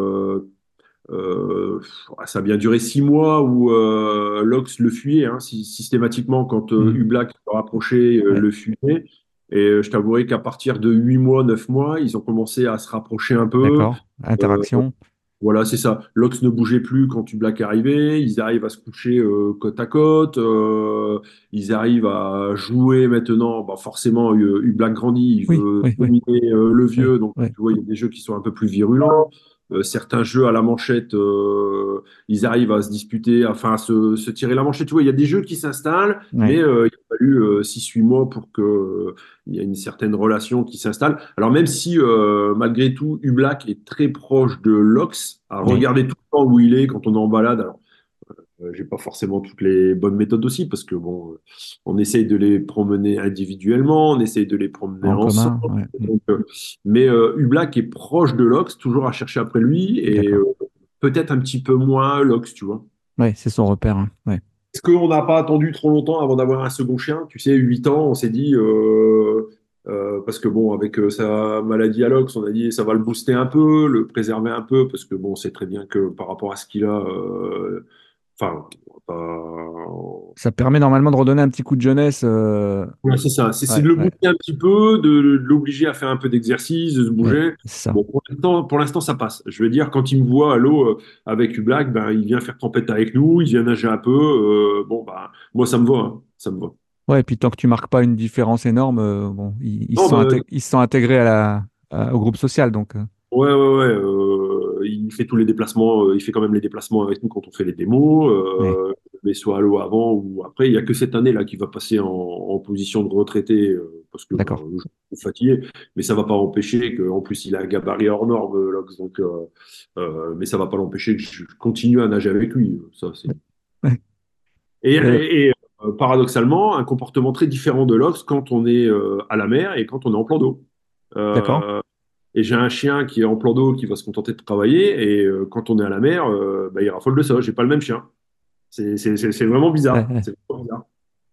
C: Euh, Ça a bien duré 6 mois où Lox le fuyait systématiquement quand
B: Hmm.
C: Ublac se rapprochait,
B: Ouais.
C: le fuyait. Et je t'avouerai qu'à partir de 8 mois, 9 mois, ils ont commencé à se rapprocher un peu.
B: D'accord.
C: Euh,
B: Interaction.
C: voilà, c'est ça. Lox ne bougeait plus quand Ublac arrivait. Ils arrivent à se coucher côte à côte. Ils arrivent à jouer maintenant. Bah, forcément, Ublac grandit. Il
B: Oui,
C: veut
B: oui, oui,
C: dominer le
B: oui,
C: vieux. Donc,
B: oui.
C: tu vois, il y a des jeux qui sont un peu plus virulents. Certains jeux à la manchette, ils arrivent à se disputer, enfin à se tirer la manchette. Tu vois, il y a des jeux qui s'installent, mais
B: Ouais.
C: il a fallu 6-8 mois pour que il y ait une certaine relation qui s'installe. Alors même si malgré tout, Ublac est très proche de Lox, à
B: Oui.
C: regarder tout le temps où il est quand on est en balade. Alors, j'ai pas forcément toutes les bonnes méthodes aussi, parce que bon, on essaye de les promener individuellement, on essaye de les promener
B: En
C: ensemble.
B: commun. Ouais. Hmm.
C: Donc, mais Ublac est proche de Lox, toujours à chercher après lui, et
B: D'accord.
C: peut-être un petit peu moins Lox, tu vois.
B: Ouais, c'est son repère, hein. Ouais.
C: Est-ce qu'on n'a pas attendu trop longtemps avant d'avoir un second chien? Tu sais, 8 ans, on s'est dit, parce que bon, avec sa maladie à l'ox, on a dit ça va le booster un peu, le préserver un peu, parce que bon, on sait très bien que par rapport à ce qu'il a, enfin, on va pas,
B: Ça permet normalement de redonner un petit coup de jeunesse.
C: Ouais, c'est ça. C'est
B: Ouais,
C: de le
B: ouais,
C: booster un petit peu, de l'obliger à faire un peu d'exercice, de se
B: ouais,
C: bouger.
B: c'est ça.
C: Bon, pour l'instant, ça passe. Je veux dire, quand il me voit à l'eau avec Black, ben, il vient faire trempette avec nous, il vient nager un peu. Bon, bah, moi, ça me va, hein. Ça me va.
B: Ouais, et puis tant que tu marques pas une différence énorme, bon,
C: Non, bah,
B: ils se sont intégrés au groupe social. Donc,
C: ouais, ouais, ouais. Il fait tous les déplacements. Il fait quand même les déplacements avec nous quand on fait les démos.
B: ouais,
C: Mais soit à l'eau avant ou après. Il n'y a que cette année là qui va passer en position de retraité parce que bah,
B: d'accord.
C: je suis fatigué. Mais ça va pas empêcher qu'en plus il a un gabarit hors norme, Lox. Donc, mais ça va pas l'empêcher que je continue à nager avec lui. Ça, c'est...
B: Ouais.
C: Et,
B: Euh,
C: paradoxalement, un comportement très différent de Lox quand on est à la mer et quand on est en plan d'eau.
B: d'accord.
C: Euh, et j'ai un chien qui est en plan d'eau qui va se contenter de travailler. Et quand on est à la mer, bah, il raffole de ça. J'ai pas le même chien. C'est vraiment
B: Ouais,
C: bizarre.
B: ouais.
C: C'est vraiment bizarre.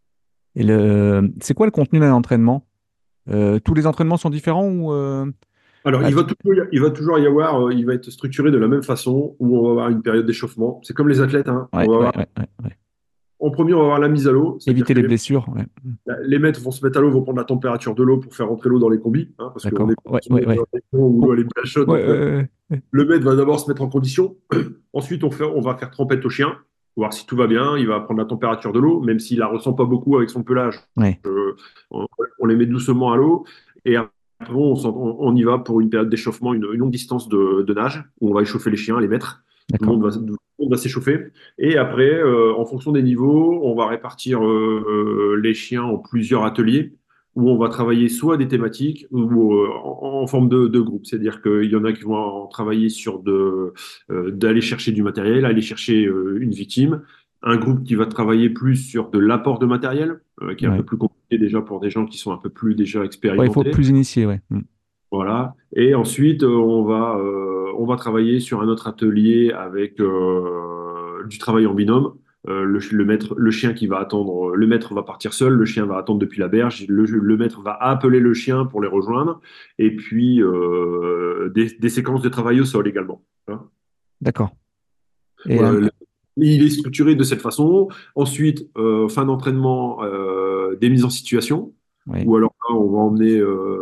B: C'est quoi le contenu d'un entraînement? Tous les entraînements sont différents ou
C: Alors,
B: ah,
C: il va toujours y avoir, il va être structuré de la même façon où on va avoir une période d'échauffement. C'est comme les athlètes, hein.
B: ouais, ouais, ouais, ouais, ouais.
C: En premier, on va avoir la mise à l'eau, c'est-à-dire
B: Éviter
C: que
B: les blessures. Ouais.
C: les maîtres vont se mettre à l'eau, vont prendre la température de l'eau pour faire rentrer l'eau dans les combis, hein, parce qu'on
B: D'accord.
C: est
B: Ouais,
C: sur
B: ouais,
C: une
B: ouais.
C: région où l'eau
B: Oh,
C: elle est bien chaude.
B: ouais,
C: Donc,
B: ouais.
C: le maître va d'abord se mettre en condition. Ensuite, on va faire trempette au chien, voir si tout va bien. Il va prendre la température de l'eau, même s'il la ressent pas beaucoup avec son pelage.
B: Ouais,
C: Euh, on les met doucement à l'eau. Et après, on y va pour une période d'échauffement, une longue distance de nage, où on va échauffer les chiens, les maîtres.
B: d'accord.
C: Tout le monde va s'échauffer. Et après, en fonction des niveaux, on va répartir les chiens en plusieurs ateliers où on va travailler soit des thématiques ou en forme de groupe. C'est-à-dire qu'il y en a qui vont en travailler sur d'aller chercher du matériel, aller chercher une victime. Un groupe qui va travailler plus sur de l'apport de matériel, qui est un peu
B: Ouais.
C: plus compliqué déjà pour des gens qui sont un peu plus déjà
B: Ouais, il faut
C: expérimentés.
B: plus initier, ouais.
C: Voilà. Et ensuite, on va travailler sur un autre atelier avec du travail en binôme. Le maître, le chien qui va attendre, le maître va partir seul, le chien va attendre depuis la berge, le maître va appeler le chien pour les rejoindre, et puis des séquences de travail au sol également. Hein.
B: D'accord. Et
C: Voilà, il est structuré de cette façon. Ensuite, fin d'entraînement, des mises en situation.
B: ouais,
C: Ou alors là, on va emmener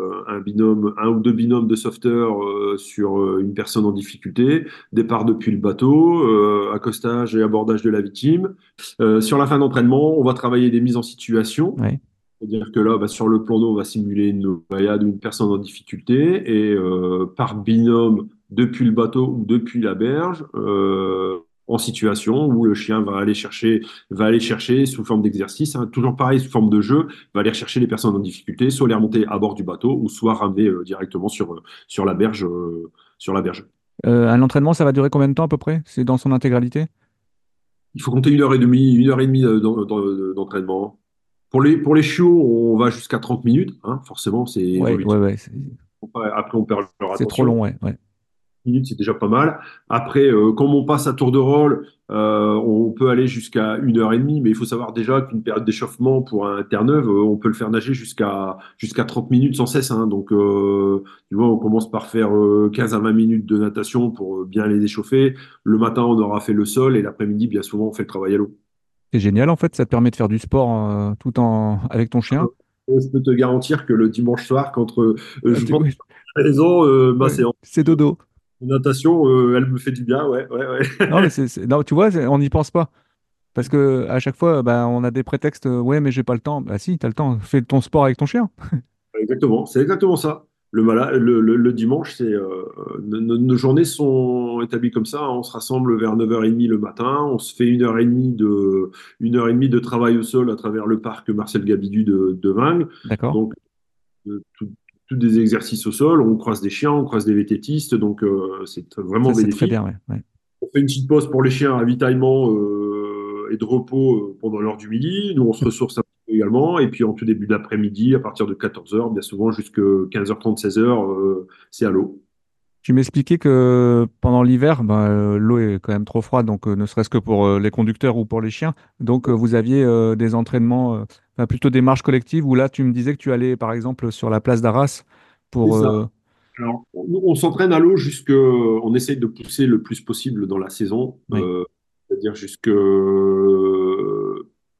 C: un ou deux binômes de sauveteurs sur une personne en difficulté. Départ depuis le bateau, accostage et abordage de la victime. Sur la fin d'entraînement, on va travailler des mises en situation.
B: ouais,
C: C'est-à-dire que là, bah, sur le plan d'eau, on va simuler une noyade ou une personne en difficulté. Et par binôme, depuis le bateau ou depuis la berge, en situation où le chien va aller chercher sous forme d'exercice, hein, toujours pareil, sous forme de jeu, va aller chercher les personnes en difficulté, soit les remonter à bord du bateau ou soit ramener directement sur la berge. Sur la berge.
B: un entraînement, ça va durer combien de temps à peu près? C'est dans son intégralité?
C: Il faut compter une heure et demie d'entraînement. Pour les chiots, on va jusqu'à 30 minutes, hein, forcément, c'est
B: Ouais, ouais,
C: évolutif.
B: ouais.
C: Après, on perd leur
B: C'est trop
C: attention.
B: long, ouais, ouais.
C: Minutes, c'est déjà pas mal. Après, comme on passe à tour de rôle, on peut aller jusqu'à une heure et demie, mais il faut savoir déjà qu'une période d'échauffement pour un Terre-Neuve, on peut le faire nager jusqu'à 30 minutes sans cesse. Hein. Donc, tu vois, on commence par faire 15 à 20 minutes de natation pour bien les échauffer. Le matin, on aura fait le sol et l'après-midi, bien souvent, on fait le travail à l'eau.
B: C'est génial en fait, ça te permet de faire du sport tout en avec ton chien.
C: Je peux te garantir que le dimanche soir, quand je rentre
B: Oui,
C: à la maison, ma
B: ouais,
C: séance
B: c'est dodo.
C: de natation, elle me fait du bien. Ouais, ouais, ouais.
B: Non, mais non, tu vois, on n'y pense pas. Parce que à chaque fois, bah, on a des prétextes, ouais, mais j'ai pas le temps. Bah si, t'as le temps, fais ton sport avec ton chien.
C: Exactement, c'est exactement ça. Le dimanche, nos journées sont établies comme ça, hein. On se rassemble vers 9h30 le matin. On se fait une heure et demie de travail au sol à travers le parc Marcel Gabidu de Vingles.
B: D'accord.
C: Donc, tous des exercices au sol. On croise des chiens, on croise des vététistes. Donc, c'est vraiment
B: Ça, c'est très
C: bénéfique.
B: bien, ouais. Ouais.
C: On fait une petite pause pour les chiens, ravitaillement et de repos pendant l'heure du midi. Nous, on se ressource un peu également. Et puis, en tout début d'après-midi, à partir de 14h, bien souvent jusqu'à 15h30, 16h, c'est à l'eau.
B: Tu m'expliquais que pendant l'hiver, ben, l'eau est quand même trop froide, donc ne serait-ce que pour les conducteurs ou pour les chiens. Donc vous aviez des entraînements, enfin, plutôt des marches collectives, où là tu me disais que tu allais par exemple sur la place d'Arras
C: C'est
B: pour...
C: ça. Alors, on s'entraîne à l'eau on essaye de pousser le plus possible dans la saison,
B: Oui,
C: c'est-à-dire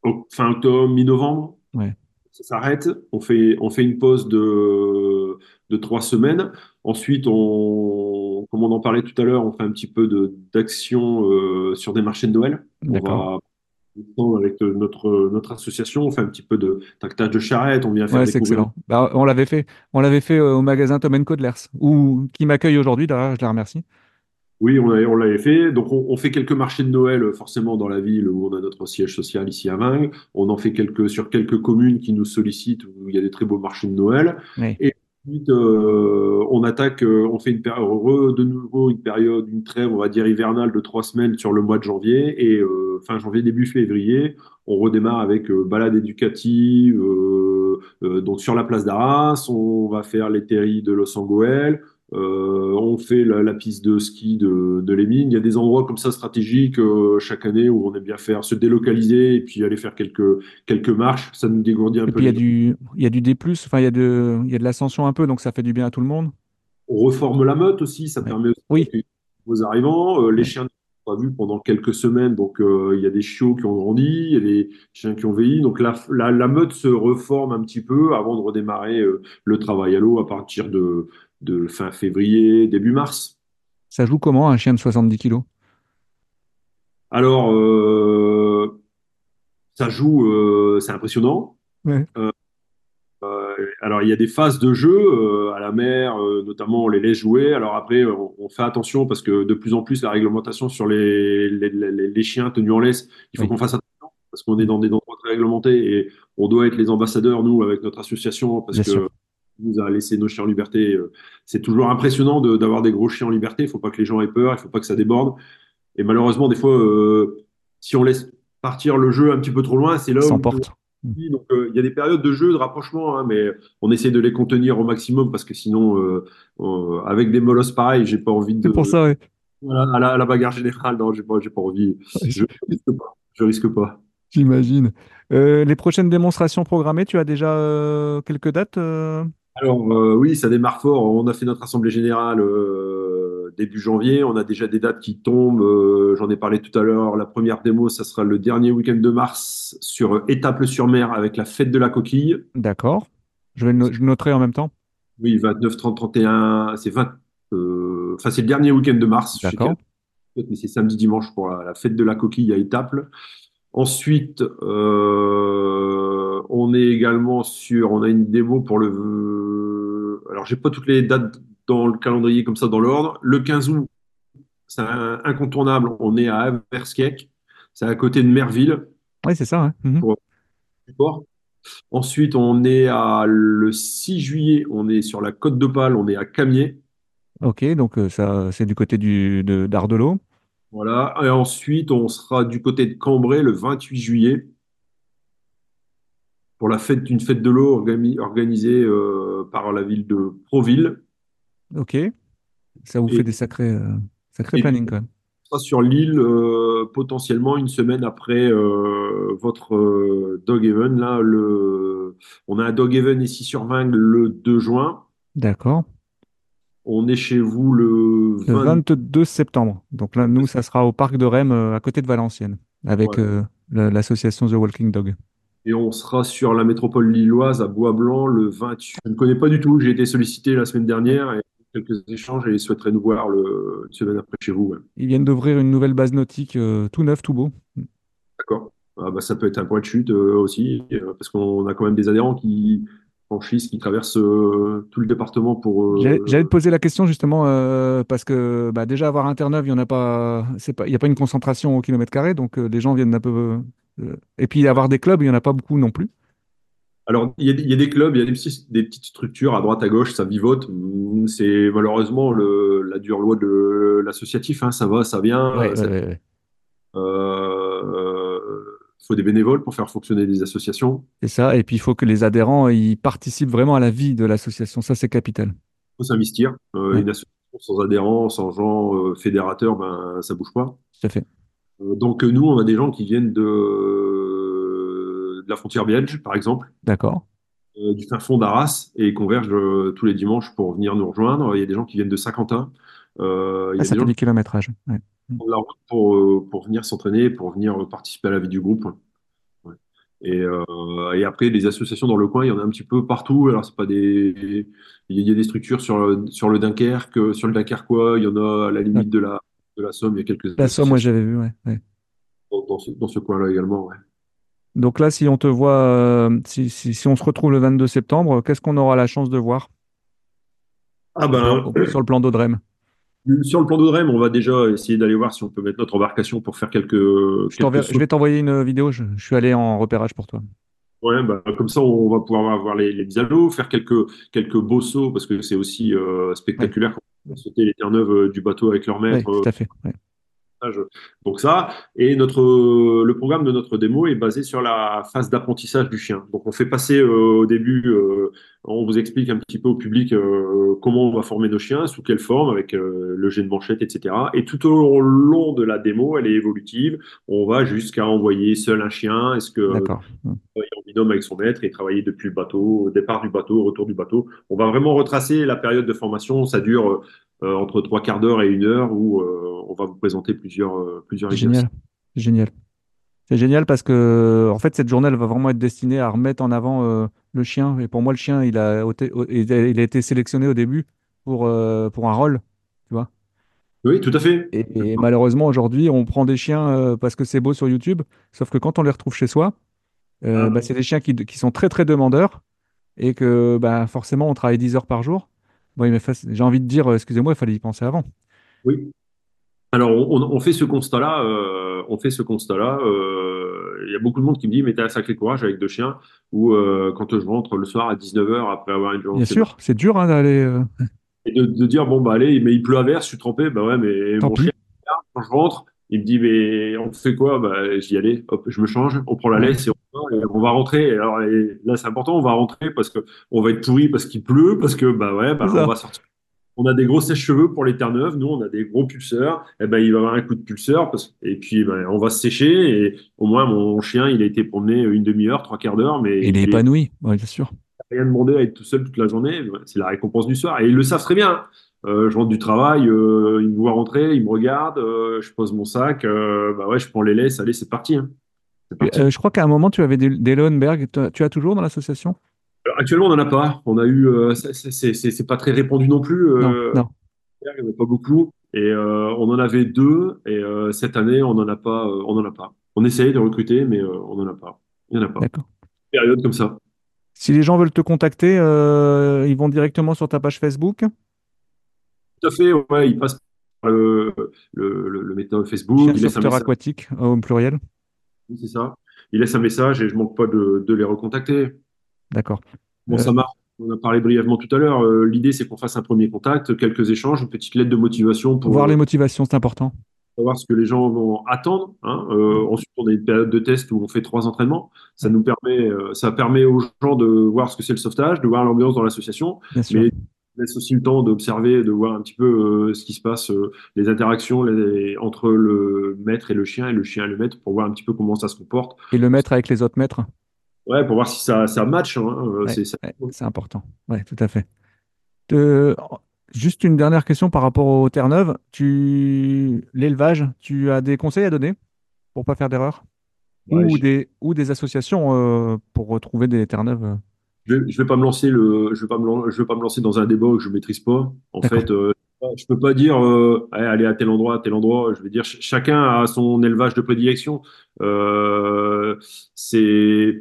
C: fin octobre, mi-novembre.
B: Ouais,
C: Ça s'arrête. On fait une pause de 3 semaines. Ensuite, comme on en parlait tout à l'heure, on fait un petit peu d'action sur des marchés de Noël. On
B: d'accord.
C: va avec notre association, on fait un petit peu de tractage de charrette, on vient faire
B: Ouais, c'est
C: découvrir.
B: excellent. Bah, on l'avait fait au magasin Tom Co de Lers, qui m'accueille aujourd'hui, d'ailleurs, je les remercie.
C: Oui, on l'avait fait. Donc, on fait quelques marchés de Noël, forcément, dans la ville où on a notre siège social ici à Vingles. On en fait quelques sur quelques communes qui nous sollicitent où il y a des très beaux marchés de Noël.
B: Oui.
C: Et ensuite, on attaque, on fait de nouveau une période, une trêve, on va dire hivernale de 3 semaines sur le mois de janvier. Et fin janvier, début février, on redémarre avec balade éducative. Donc, sur la place d'Arras, on va faire les terris de Los Angeles. On fait la piste de ski de Lémine. Il y a des endroits comme ça stratégiques chaque année où on aime bien faire se délocaliser et puis aller faire quelques marches. Ça nous dégourdit un
B: Et
C: peu
B: puis
C: les jambes.
B: il y a du D+, enfin, il y a de l'ascension un peu, donc ça fait du bien à tout le monde.
C: On reforme la meute aussi. Ça
B: Ouais.
C: permet aussi
B: Oui,
C: d'accueillir vos arrivants. Les
B: ouais.
C: chiens ne sont pas vus pendant quelques semaines. Donc, il y a des chiots qui ont grandi, il y a des chiens qui ont vieilli. Donc, la meute se reforme un petit peu avant de redémarrer le travail à l'eau à partir de fin février, début mars.
B: Ça joue comment un chien de 70 kilos?
C: Alors, ça joue, c'est impressionnant.
B: Ouais.
C: Euh, alors, il y a des phases de jeu à la mer, notamment on les laisse jouer. Alors après, on fait attention parce que de plus en plus, la réglementation sur les chiens tenus en laisse, il faut
B: Oui.
C: qu'on fasse attention parce qu'on est
B: Mm.
C: dans des endroits très réglementés et on doit être les ambassadeurs, nous, avec notre association, parce
B: Bien sûr.
C: que on nous a laissé nos chiens en liberté. C'est toujours impressionnant d'avoir des gros chiens en liberté. Il ne faut pas que les gens aient peur, il ne faut pas que ça déborde. Et malheureusement, des fois, si on laisse partir le jeu un petit peu trop loin, c'est
B: Il
C: là où
B: s'emporte. Mm.
C: donc, il y a des périodes de jeu, de rapprochement, hein, mais on essaie de les contenir au maximum parce que sinon, avec des molosses pareils, j'ai pas envie
B: C'est pour
C: de.
B: ça, ouais.
C: Voilà, à la bagarre générale, non, j'ai pas envie.
B: Ouais,
C: Je risque pas. Je risque pas.
B: j'imagine. Les prochaines démonstrations programmées, tu as déjà quelques dates?
C: Alors, oui, ça démarre fort. On a fait notre assemblée générale début janvier. On a déjà des dates qui tombent. J'en ai parlé tout à l'heure. La première démo, ça sera le dernier week-end de mars sur Étaples-sur-Mer avec la fête de la coquille.
B: D'accord. Je noterai en même temps.
C: Oui, 29, 30, 31, c'est 20. Enfin, c'est le dernier week-end de mars. Je sais qu'il y a
B: D'accord.
C: la fête, mais c'est samedi, dimanche pour la fête de la coquille à Étaples. Ensuite, on a une démo pour alors, j'ai pas toutes les dates dans le calendrier comme ça dans l'ordre. Le 15 août, c'est un incontournable. On est à Averskek. C'est à côté de Merville
B: Oui, c'est ça, ouais. Mhm.
C: pour le sport. Ensuite, on est le 6 juillet. On est sur la Côte d'Opale. On est à Camier.
B: Ok, donc ça, c'est du côté d'Ardelot.
C: Voilà. Et ensuite, on sera du côté de Cambrai le 28 juillet pour une fête de l'eau organisée par la ville de Proville.
B: Ok, ça vous fait
C: Et,
B: des sacrés
C: et puis,
B: planning quand même.
C: on sera sur l'île potentiellement une semaine après votre Dog Even. Là, on a un Dog Even ici sur Vingles le 2 juin.
B: D'accord.
C: On est chez vous le
B: Le
C: 20.
B: 22 septembre. Donc là, nous, ça sera au parc de Rem, à côté de Valenciennes, avec
C: Voilà.
B: l'association The Walking Dog.
C: Et on sera sur la métropole lilloise à Bois-Blanc le 28. Je ne connais pas du tout. J'ai été sollicité la semaine
B: Ouais.
C: dernière et quelques échanges et souhaiterais nous voir une semaine après chez vous. Ouais.
B: Ils viennent d'ouvrir une nouvelle base nautique, tout neuf, tout beau.
C: D'accord. Ah, bah, ça peut être un point de chute aussi, parce qu'on a quand même des adhérents qui franchissent, qui traversent tout le département pour.
B: J'allais te poser la question justement parce que bah, déjà avoir un Terre-Neuve, il y en a pas, il y a pas une concentration au kilomètre carré, donc les gens viennent un peu. Et puis avoir des clubs, il y en a pas beaucoup non plus.
C: Alors, il y a des clubs, il y a des petites structures à droite, à gauche, ça vivote. C'est malheureusement la dure loi de l'associatif, hein, ça va, ça vient.
B: Ouais, ouais, ouais, ouais.
C: Il faut des bénévoles pour faire fonctionner des associations.
B: C'est ça. Et puis il faut que les adhérents ils participent vraiment à la vie de l'association. Ça, c'est capital.
C: Il faut s'investir.
B: Ouais,
C: Une association sans adhérents, sans gens fédérateurs, ben, ça bouge pas.
B: tout à fait.
C: Donc nous, on a des gens qui viennent de la frontière belge, par exemple,
B: D'accord.
C: du fin fond d'Arras, et ils convergent tous les dimanches pour venir nous rejoindre. Il y a des gens qui viennent de Saint-Quentin. Il
B: Ah,
C: y a
B: ça
C: des
B: fait
C: gens
B: du
C: qui
B: kilométrage. Ouais.
C: prennent la route pour venir s'entraîner, pour venir participer à la vie du groupe. Ouais. Et après, des associations dans le coin, il y en a un petit peu partout. Alors, c'est pas des, il y a des structures sur le Dunkerque, sur le Dunkerquois, il y en a à la
B: La,
C: limite de la Somme, il y a quelques
B: la Somme, moi
C: associations
B: j'avais vu, ouais, ouais.
C: dans ce coin-là également. Ouais.
B: Donc là, si on te voit, si on se retrouve le 22 septembre, qu'est-ce qu'on aura la chance de voir
C: Ah ben,
B: sur le plan d'Audrem?
C: sur le plan d'Audrem, on va déjà essayer d'aller voir si on peut mettre notre embarcation pour faire quelques
B: Je
C: sauts.
B: vais t'envoyer une vidéo, je suis allé en repérage pour toi.
C: Ouais, bah, comme ça, on va pouvoir avoir les mises à l'eau, faire quelques beaux sauts, parce que c'est aussi
B: Oui,
C: spectaculaire quand on va sauter les terre-neuves du bateau avec leur
B: oui,
C: maître.
B: tout à fait. Ouais.
C: Donc ça, et le programme de notre démo est basé sur la phase d'apprentissage du chien. Donc on fait passer au début, on vous explique un petit peu au public comment on va former nos chiens, sous quelle forme, avec le jet de manchette, etc. Et tout au long de la démo, elle est évolutive. On va jusqu'à envoyer seul un chien. Est-ce que
B: D'accord.
C: il est en binôme avec son maître et travailler depuis le bateau, au départ du bateau, au retour du bateau. On va vraiment retracer la période de formation. Ça dure entre trois quarts d'heure et une heure où on va vous présenter plusieurs
B: C'est
C: exercices.
B: génial. C'est génial. C'est génial parce que, en fait, cette journée, elle va vraiment être destinée à remettre en avant le chien. Et pour moi, le chien, il a été sélectionné au début pour un rôle, tu vois.
C: Oui, tout à fait.
B: Et malheureusement, aujourd'hui, on prend des chiens parce que c'est beau sur YouTube. Sauf que quand on les retrouve chez soi, bah,
C: Ah,
B: c'est des chiens qui sont très, très demandeurs et que bah, forcément, on travaille 10 heures par jour. Bon, mais j'ai envie de dire, excusez-moi, il fallait y penser avant.
C: oui. Alors, on fait ce constat-là. On fait ce constat-là. Il y a beaucoup de monde qui me dit, mais t'as un sacré courage avec deux chiens. Ou quand je rentre le soir à 19 heures après avoir une journée
B: Bien sûr, c'est dur hein, d'aller.
C: et de dire, bon, bah allez, mais il pleut à verse, je suis trempé. Bah ouais, mais
B: Tant
C: mon chien,
B: pis.
C: quand je rentre, il me dit, mais on fait quoi? Bah, j'y allais, hop, je me change, on prend la
B: Ouais,
C: laisse et on va rentrer. Alors et là, c'est important, on va rentrer parce que on va être pourri parce qu'il pleut, parce que, bah ouais,
B: c'est
C: bah, on
B: ça.
C: va sortir. On a des gros sèche-cheveux pour les Terre-Neuve, nous, on a des gros pulseurs. Et ben, il va avoir un coup de pulseur et puis ben, on va se sécher. Et au moins, mon chien, il a été promené une demi-heure, trois quarts d'heure, mais
B: Et il est
C: il est
B: épanoui, ouais, bien sûr.
C: rien demandé à être tout seul toute la journée. C'est la récompense du soir. Et ils le savent très bien. Je rentre du travail, ils me voient rentrer, ils me regardent, je pose mon sac, bah ouais, je prends les laisses, allez, c'est parti, hein. C'est parti.
B: Je crois qu'à un moment, tu avais des Lohenberg. Tu as toujours dans l'association?
C: Alors, actuellement, on n'en a pas. On a eu, c'est pas très répandu non plus.
B: Non, non.
C: Il n'y en a pas beaucoup. Et on en avait deux. Et cette année, on n'en a pas. On en a pas. On essaye de recruter, mais on n'en a pas. Il n'y en a pas.
B: D'accord.
C: Période comme ça.
B: Si les gens veulent te contacter, ils vont directement sur ta page Facebook,
C: Tout à fait. Ouais, il passe par le méthode Facebook.
B: Chien
C: Il laisse un
B: sauveteur
C: message.
B: aquatique au pluriel.
C: Oui, c'est ça. Il laisse un message et je manque pas de les recontacter.
B: D'accord.
C: Bon,
B: Euh,
C: ça marche. On a parlé brièvement tout à l'heure. L'idée, c'est qu'on fasse un premier contact, quelques échanges, une petite lettre de motivation pour
B: Voir les motivations, c'est important.
C: savoir ce que les gens vont attendre, hein.
B: Mm.
C: Ensuite, on a une période de test où on fait trois entraînements.
B: Ouais,
C: Ça permet aux gens de voir ce que c'est le sauvetage, de voir l'ambiance dans l'association,
B: bien sûr.
C: mais laisse aussi le temps d'observer, de voir un petit peu ce qui se passe, les interactions entre le maître et le chien et le maître, pour voir un petit peu comment ça se comporte.
B: Et le mettre avec les autres maîtres.
C: Ouais, pour voir si ça match, hein.
B: Ouais,
C: C'est ça.
B: ouais, c'est important. Ouais, tout à fait. Euh, Juste une dernière question par rapport aux Terre-Neuve. L'élevage, tu as des conseils à donner pour pas faire d'erreur?
C: Ouais,
B: Ou des associations pour retrouver des Terre-Neuve?
C: je vais pas me lancer je vais pas me lancer dans un débat que je maîtrise pas. En
B: D'accord.
C: fait, je peux pas dire allez, allez à tel endroit, à tel endroit. Je vais dire chacun a son élevage de prédilection. Euh, c'est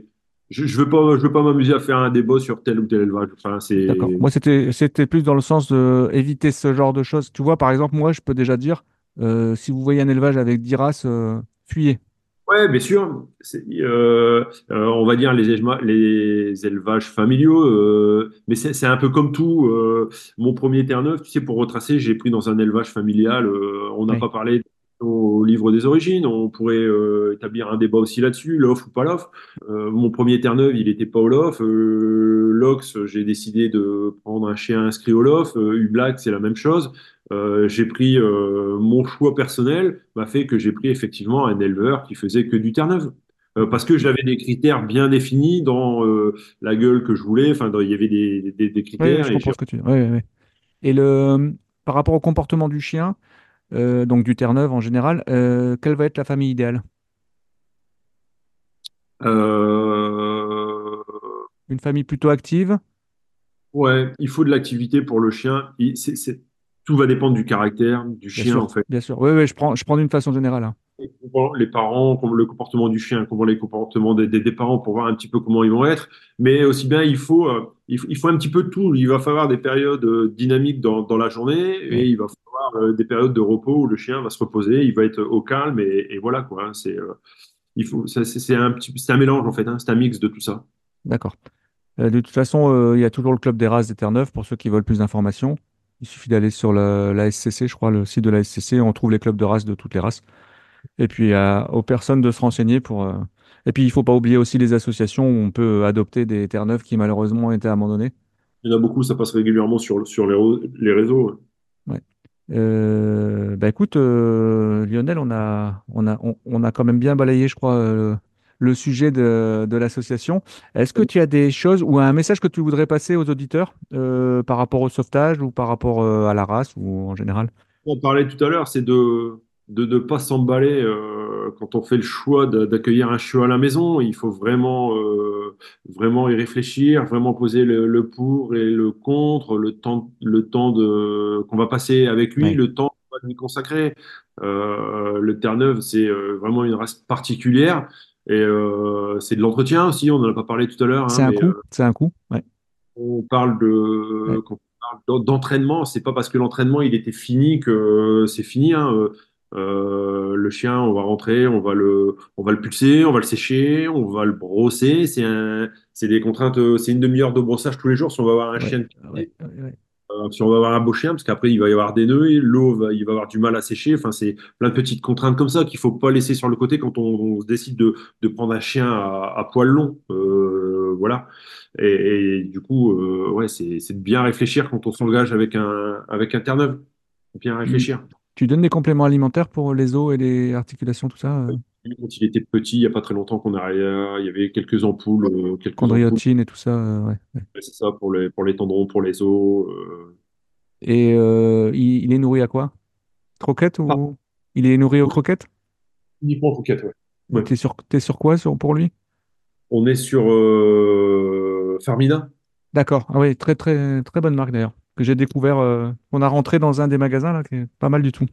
C: je veux pas m'amuser à faire un débat sur tel ou tel élevage. Enfin,
B: D'accord.
C: c'est
B: Moi, c'était plus dans le sens de éviter ce genre de choses. Tu vois, par exemple, moi, je peux déjà dire, si vous voyez un élevage avec 10 races, fuyez.
C: ouais, bien sûr. On va dire les élevages familiaux, mais c'est un peu comme tout. Mon premier Terre-Neuve, tu sais, pour retracer, j'ai pris dans un élevage familial. On n'a
B: Oui,
C: pas parlé au livre des origines. On pourrait établir un débat aussi là-dessus, l'off ou pas l'off. Mon premier Terre-Neuve, il n'était pas au LOF. L'Ox, j'ai décidé de prendre un chien inscrit au LOF. U-Black, c'est la même chose. J'ai pris mon choix personnel m'a fait que j'ai pris effectivement un éleveur qui faisait que du Terre-Neuve. Parce que j'avais des critères bien définis dans la gueule que je voulais. Enfin, il y avait des
B: oui,
C: critères
B: je
C: et
B: comprends ce que tu dis. Oui, oui, oui. Et par rapport au comportement du chien, donc du Terre-Neuve en général, quelle va être la famille idéale? une famille plutôt active?
C: Ouais, il faut de l'activité pour le chien. Tout va dépendre du caractère du
B: Bien
C: chien, en
B: sûr,
C: fait.
B: bien sûr. Oui, oui, je prends d'une façon générale, hein.
C: Comprend les parents, le comportement du chien, comment les comportements des parents pour voir un petit peu comment ils vont être. Mais aussi bien, il faut un petit peu de tout. Il va falloir des périodes dynamiques dans la journée et
B: Oui,
C: il va falloir des périodes de repos où le chien va se reposer, il va être au calme et voilà quoi, hein. C'est un mélange en fait, hein. C'est un mix de tout ça.
B: d'accord. De toute façon, il y a toujours le club des races des Terre-Neuve pour ceux qui veulent plus d'informations. Il suffit d'aller sur la SCC, je crois, le site de la SCC. On trouve les clubs de races de toutes les races. Et puis, aux personnes de se renseigner pour. Et puis, il faut pas oublier aussi les associations où on peut adopter des Terre-Neuve qui malheureusement ont été abandonnées.
C: Il y en a beaucoup, ça passe régulièrement sur les réseaux.
B: Ouais. Bah écoute, Lionel, on a quand même bien balayé, je crois, le sujet de l'association. Est-ce que tu as des choses ou un message que tu voudrais passer aux auditeurs par rapport au sauvetage ou par rapport à la race ou en général?
C: On parlait tout à l'heure, c'est de ne pas s'emballer quand on fait le choix d'accueillir un chiot à la maison. Il faut vraiment y réfléchir, vraiment poser le pour et le contre, le temps qu'on va passer avec lui,
B: Ouais.
C: le temps qu'on va lui consacrer. Le Terre-Neuve, c'est vraiment une race particulière et c'est de l'entretien aussi. On n'en a pas parlé tout à l'heure, hein,
B: C'est un
C: mais
B: coup, c'est un coup. Ouais.
C: on parle
B: Ouais.
C: quand on parle d'entraînement, c'est pas parce que l'entraînement il était fini que c'est fini, hein. Le chien, on va rentrer, on va le pulser, on va le sécher, on va le brosser. C'est des contraintes, c'est une demi-heure de brossage tous les jours si on va avoir un
B: Ouais.
C: chien de
B: Ouais.
C: qualité.
B: Ouais. Ouais.
C: Si on va avoir un beau chien, parce qu'après il va y avoir des nœuds, et il va avoir du mal à sécher. Enfin, c'est plein de petites contraintes comme ça qu'il faut pas laisser sur le côté quand on décide de prendre un chien à poil long. Voilà. Et du coup, ouais, c'est de bien réfléchir quand on s'engage avec un Terre-Neuve. Bien
B: Tu,
C: réfléchir.
B: tu donnes des compléments alimentaires pour les os et les articulations, tout ça?
C: Quand il était petit, il n'y a pas très longtemps qu'on arrivait, il y avait quelques ampoules,
B: Chondroïtine et tout ça, ouais. Ouais.
C: ouais, c'est ça pour les tendons, pour les os.
B: Et il est nourri à quoi? Croquettes
C: Ah,
B: ou il est nourri aux croquettes?
C: uniquement croquettes, ouais.
B: Et
C: Ouais.
B: t'es sur quoi pour lui?
C: On est sur Farmina.
B: D'accord. Ah oui, très très très bonne marque d'ailleurs. Que j'ai découvert, on a rentré dans un des magasins là, qui est pas mal du tout.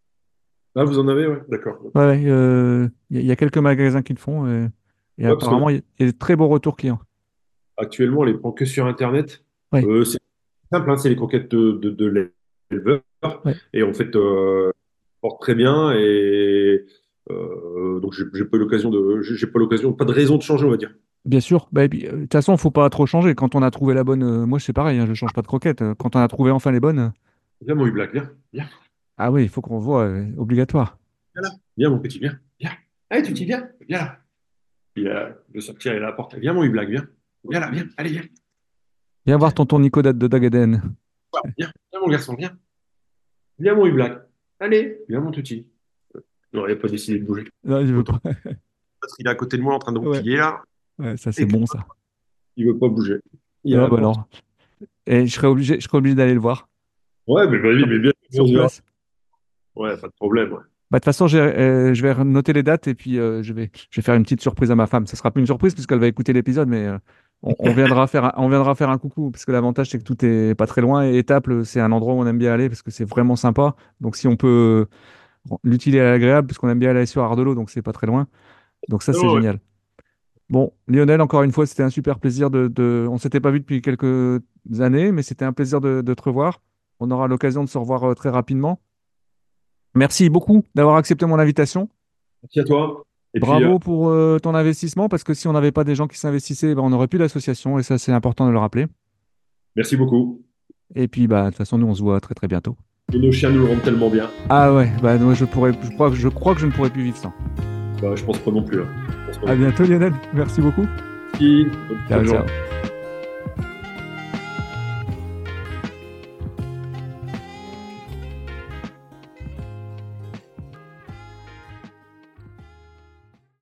C: Ah, vous en avez, ouais, d'accord.
B: Ouais, ouais, il y a quelques magasins qui le font et
C: Ouais, parce qu'on
B: apparemment il y a de très beaux retours clients.
C: actuellement, on les prend que sur Internet.
B: Ouais,
C: C'est simple, hein, c'est les croquettes de l'éleveur.
B: ouais.
C: Et en fait, porte très bien. Et donc, j'ai pas l'occasion j'ai pas l'occasion, pas de raison de changer, on va dire.
B: Bien sûr. Bah, et puis, de toute façon, faut pas trop changer. Quand on a trouvé la bonne, moi c'est pareil, hein, je change pas de croquettes. Quand on a trouvé enfin les bonnes,
C: Viens, mon Black, viens, viens,
B: ah oui, il faut qu'on voit, obligatoire.
C: viens là. Viens, mon petit, viens, viens. Allez, tu dis, viens, viens là. Il a de sortir, il est à la porte. Viens, mon Black, viens. Viens là, viens, allez, viens.
B: Viens voir
C: Viens,
B: tonton Nicodate de Dagaden.
C: viens, viens, mon garçon, viens. Viens, mon Black. Allez, viens, mon petit. Non, il n'a pas décidé de bouger.
B: Non, je veux
C: Autant.
B: pas.
C: Il est à côté de moi en train de
B: Ouais,
C: roupiller là.
B: ouais, ça c'est
C: Et
B: bon ça.
C: il veut pas bouger. Il est à
B: Non,
C: la
B: bah
C: porte.
B: non. Et je serais obligé d'aller le voir
C: Ouais, mais vas-y,
B: sur,
C: mais bien, on
B: sur
C: se verra.
B: place.
C: Ouais, pas de problème. Ouais.
B: Bah, de toute façon, je vais noter les dates et puis je vais faire une petite surprise à ma femme. Ça sera plus une surprise puisqu'elle va écouter l'épisode, mais on viendra faire un coucou parce que l'avantage c'est que tout est pas très loin et Étaples, c'est un endroit où on aime bien aller parce que c'est vraiment sympa. Donc si on peut l'utile et agréable parce qu'on aime bien aller sur Ardelot, donc c'est pas très loin. Donc ça c'est
C: Non, ouais.
B: génial. Bon, Lionel, encore une fois, c'était un super plaisir on s'était pas vu depuis quelques années, mais c'était un plaisir de te revoir. On aura l'occasion de se revoir très rapidement. Merci beaucoup d'avoir accepté mon invitation.
C: Merci à toi. Et puis,
B: Bravo pour ton investissement, parce que si on n'avait pas des gens qui s'investissaient, ben, on n'aurait plus d'association, et ça, c'est important de le rappeler.
C: merci beaucoup.
B: Et puis, bah, de toute façon, nous, on se voit très très bientôt.
C: Et nos chiens nous le rendent tellement bien.
B: Ah ouais, bah, moi, je crois que je ne pourrais plus vivre sans.
C: Bah, je pense pas non plus, hein. Je pense pas
B: À
C: non plus.
B: bientôt, Lionel. Merci beaucoup.
C: Merci. Bonne
B: Ciao,
C: journée.
B: ciao.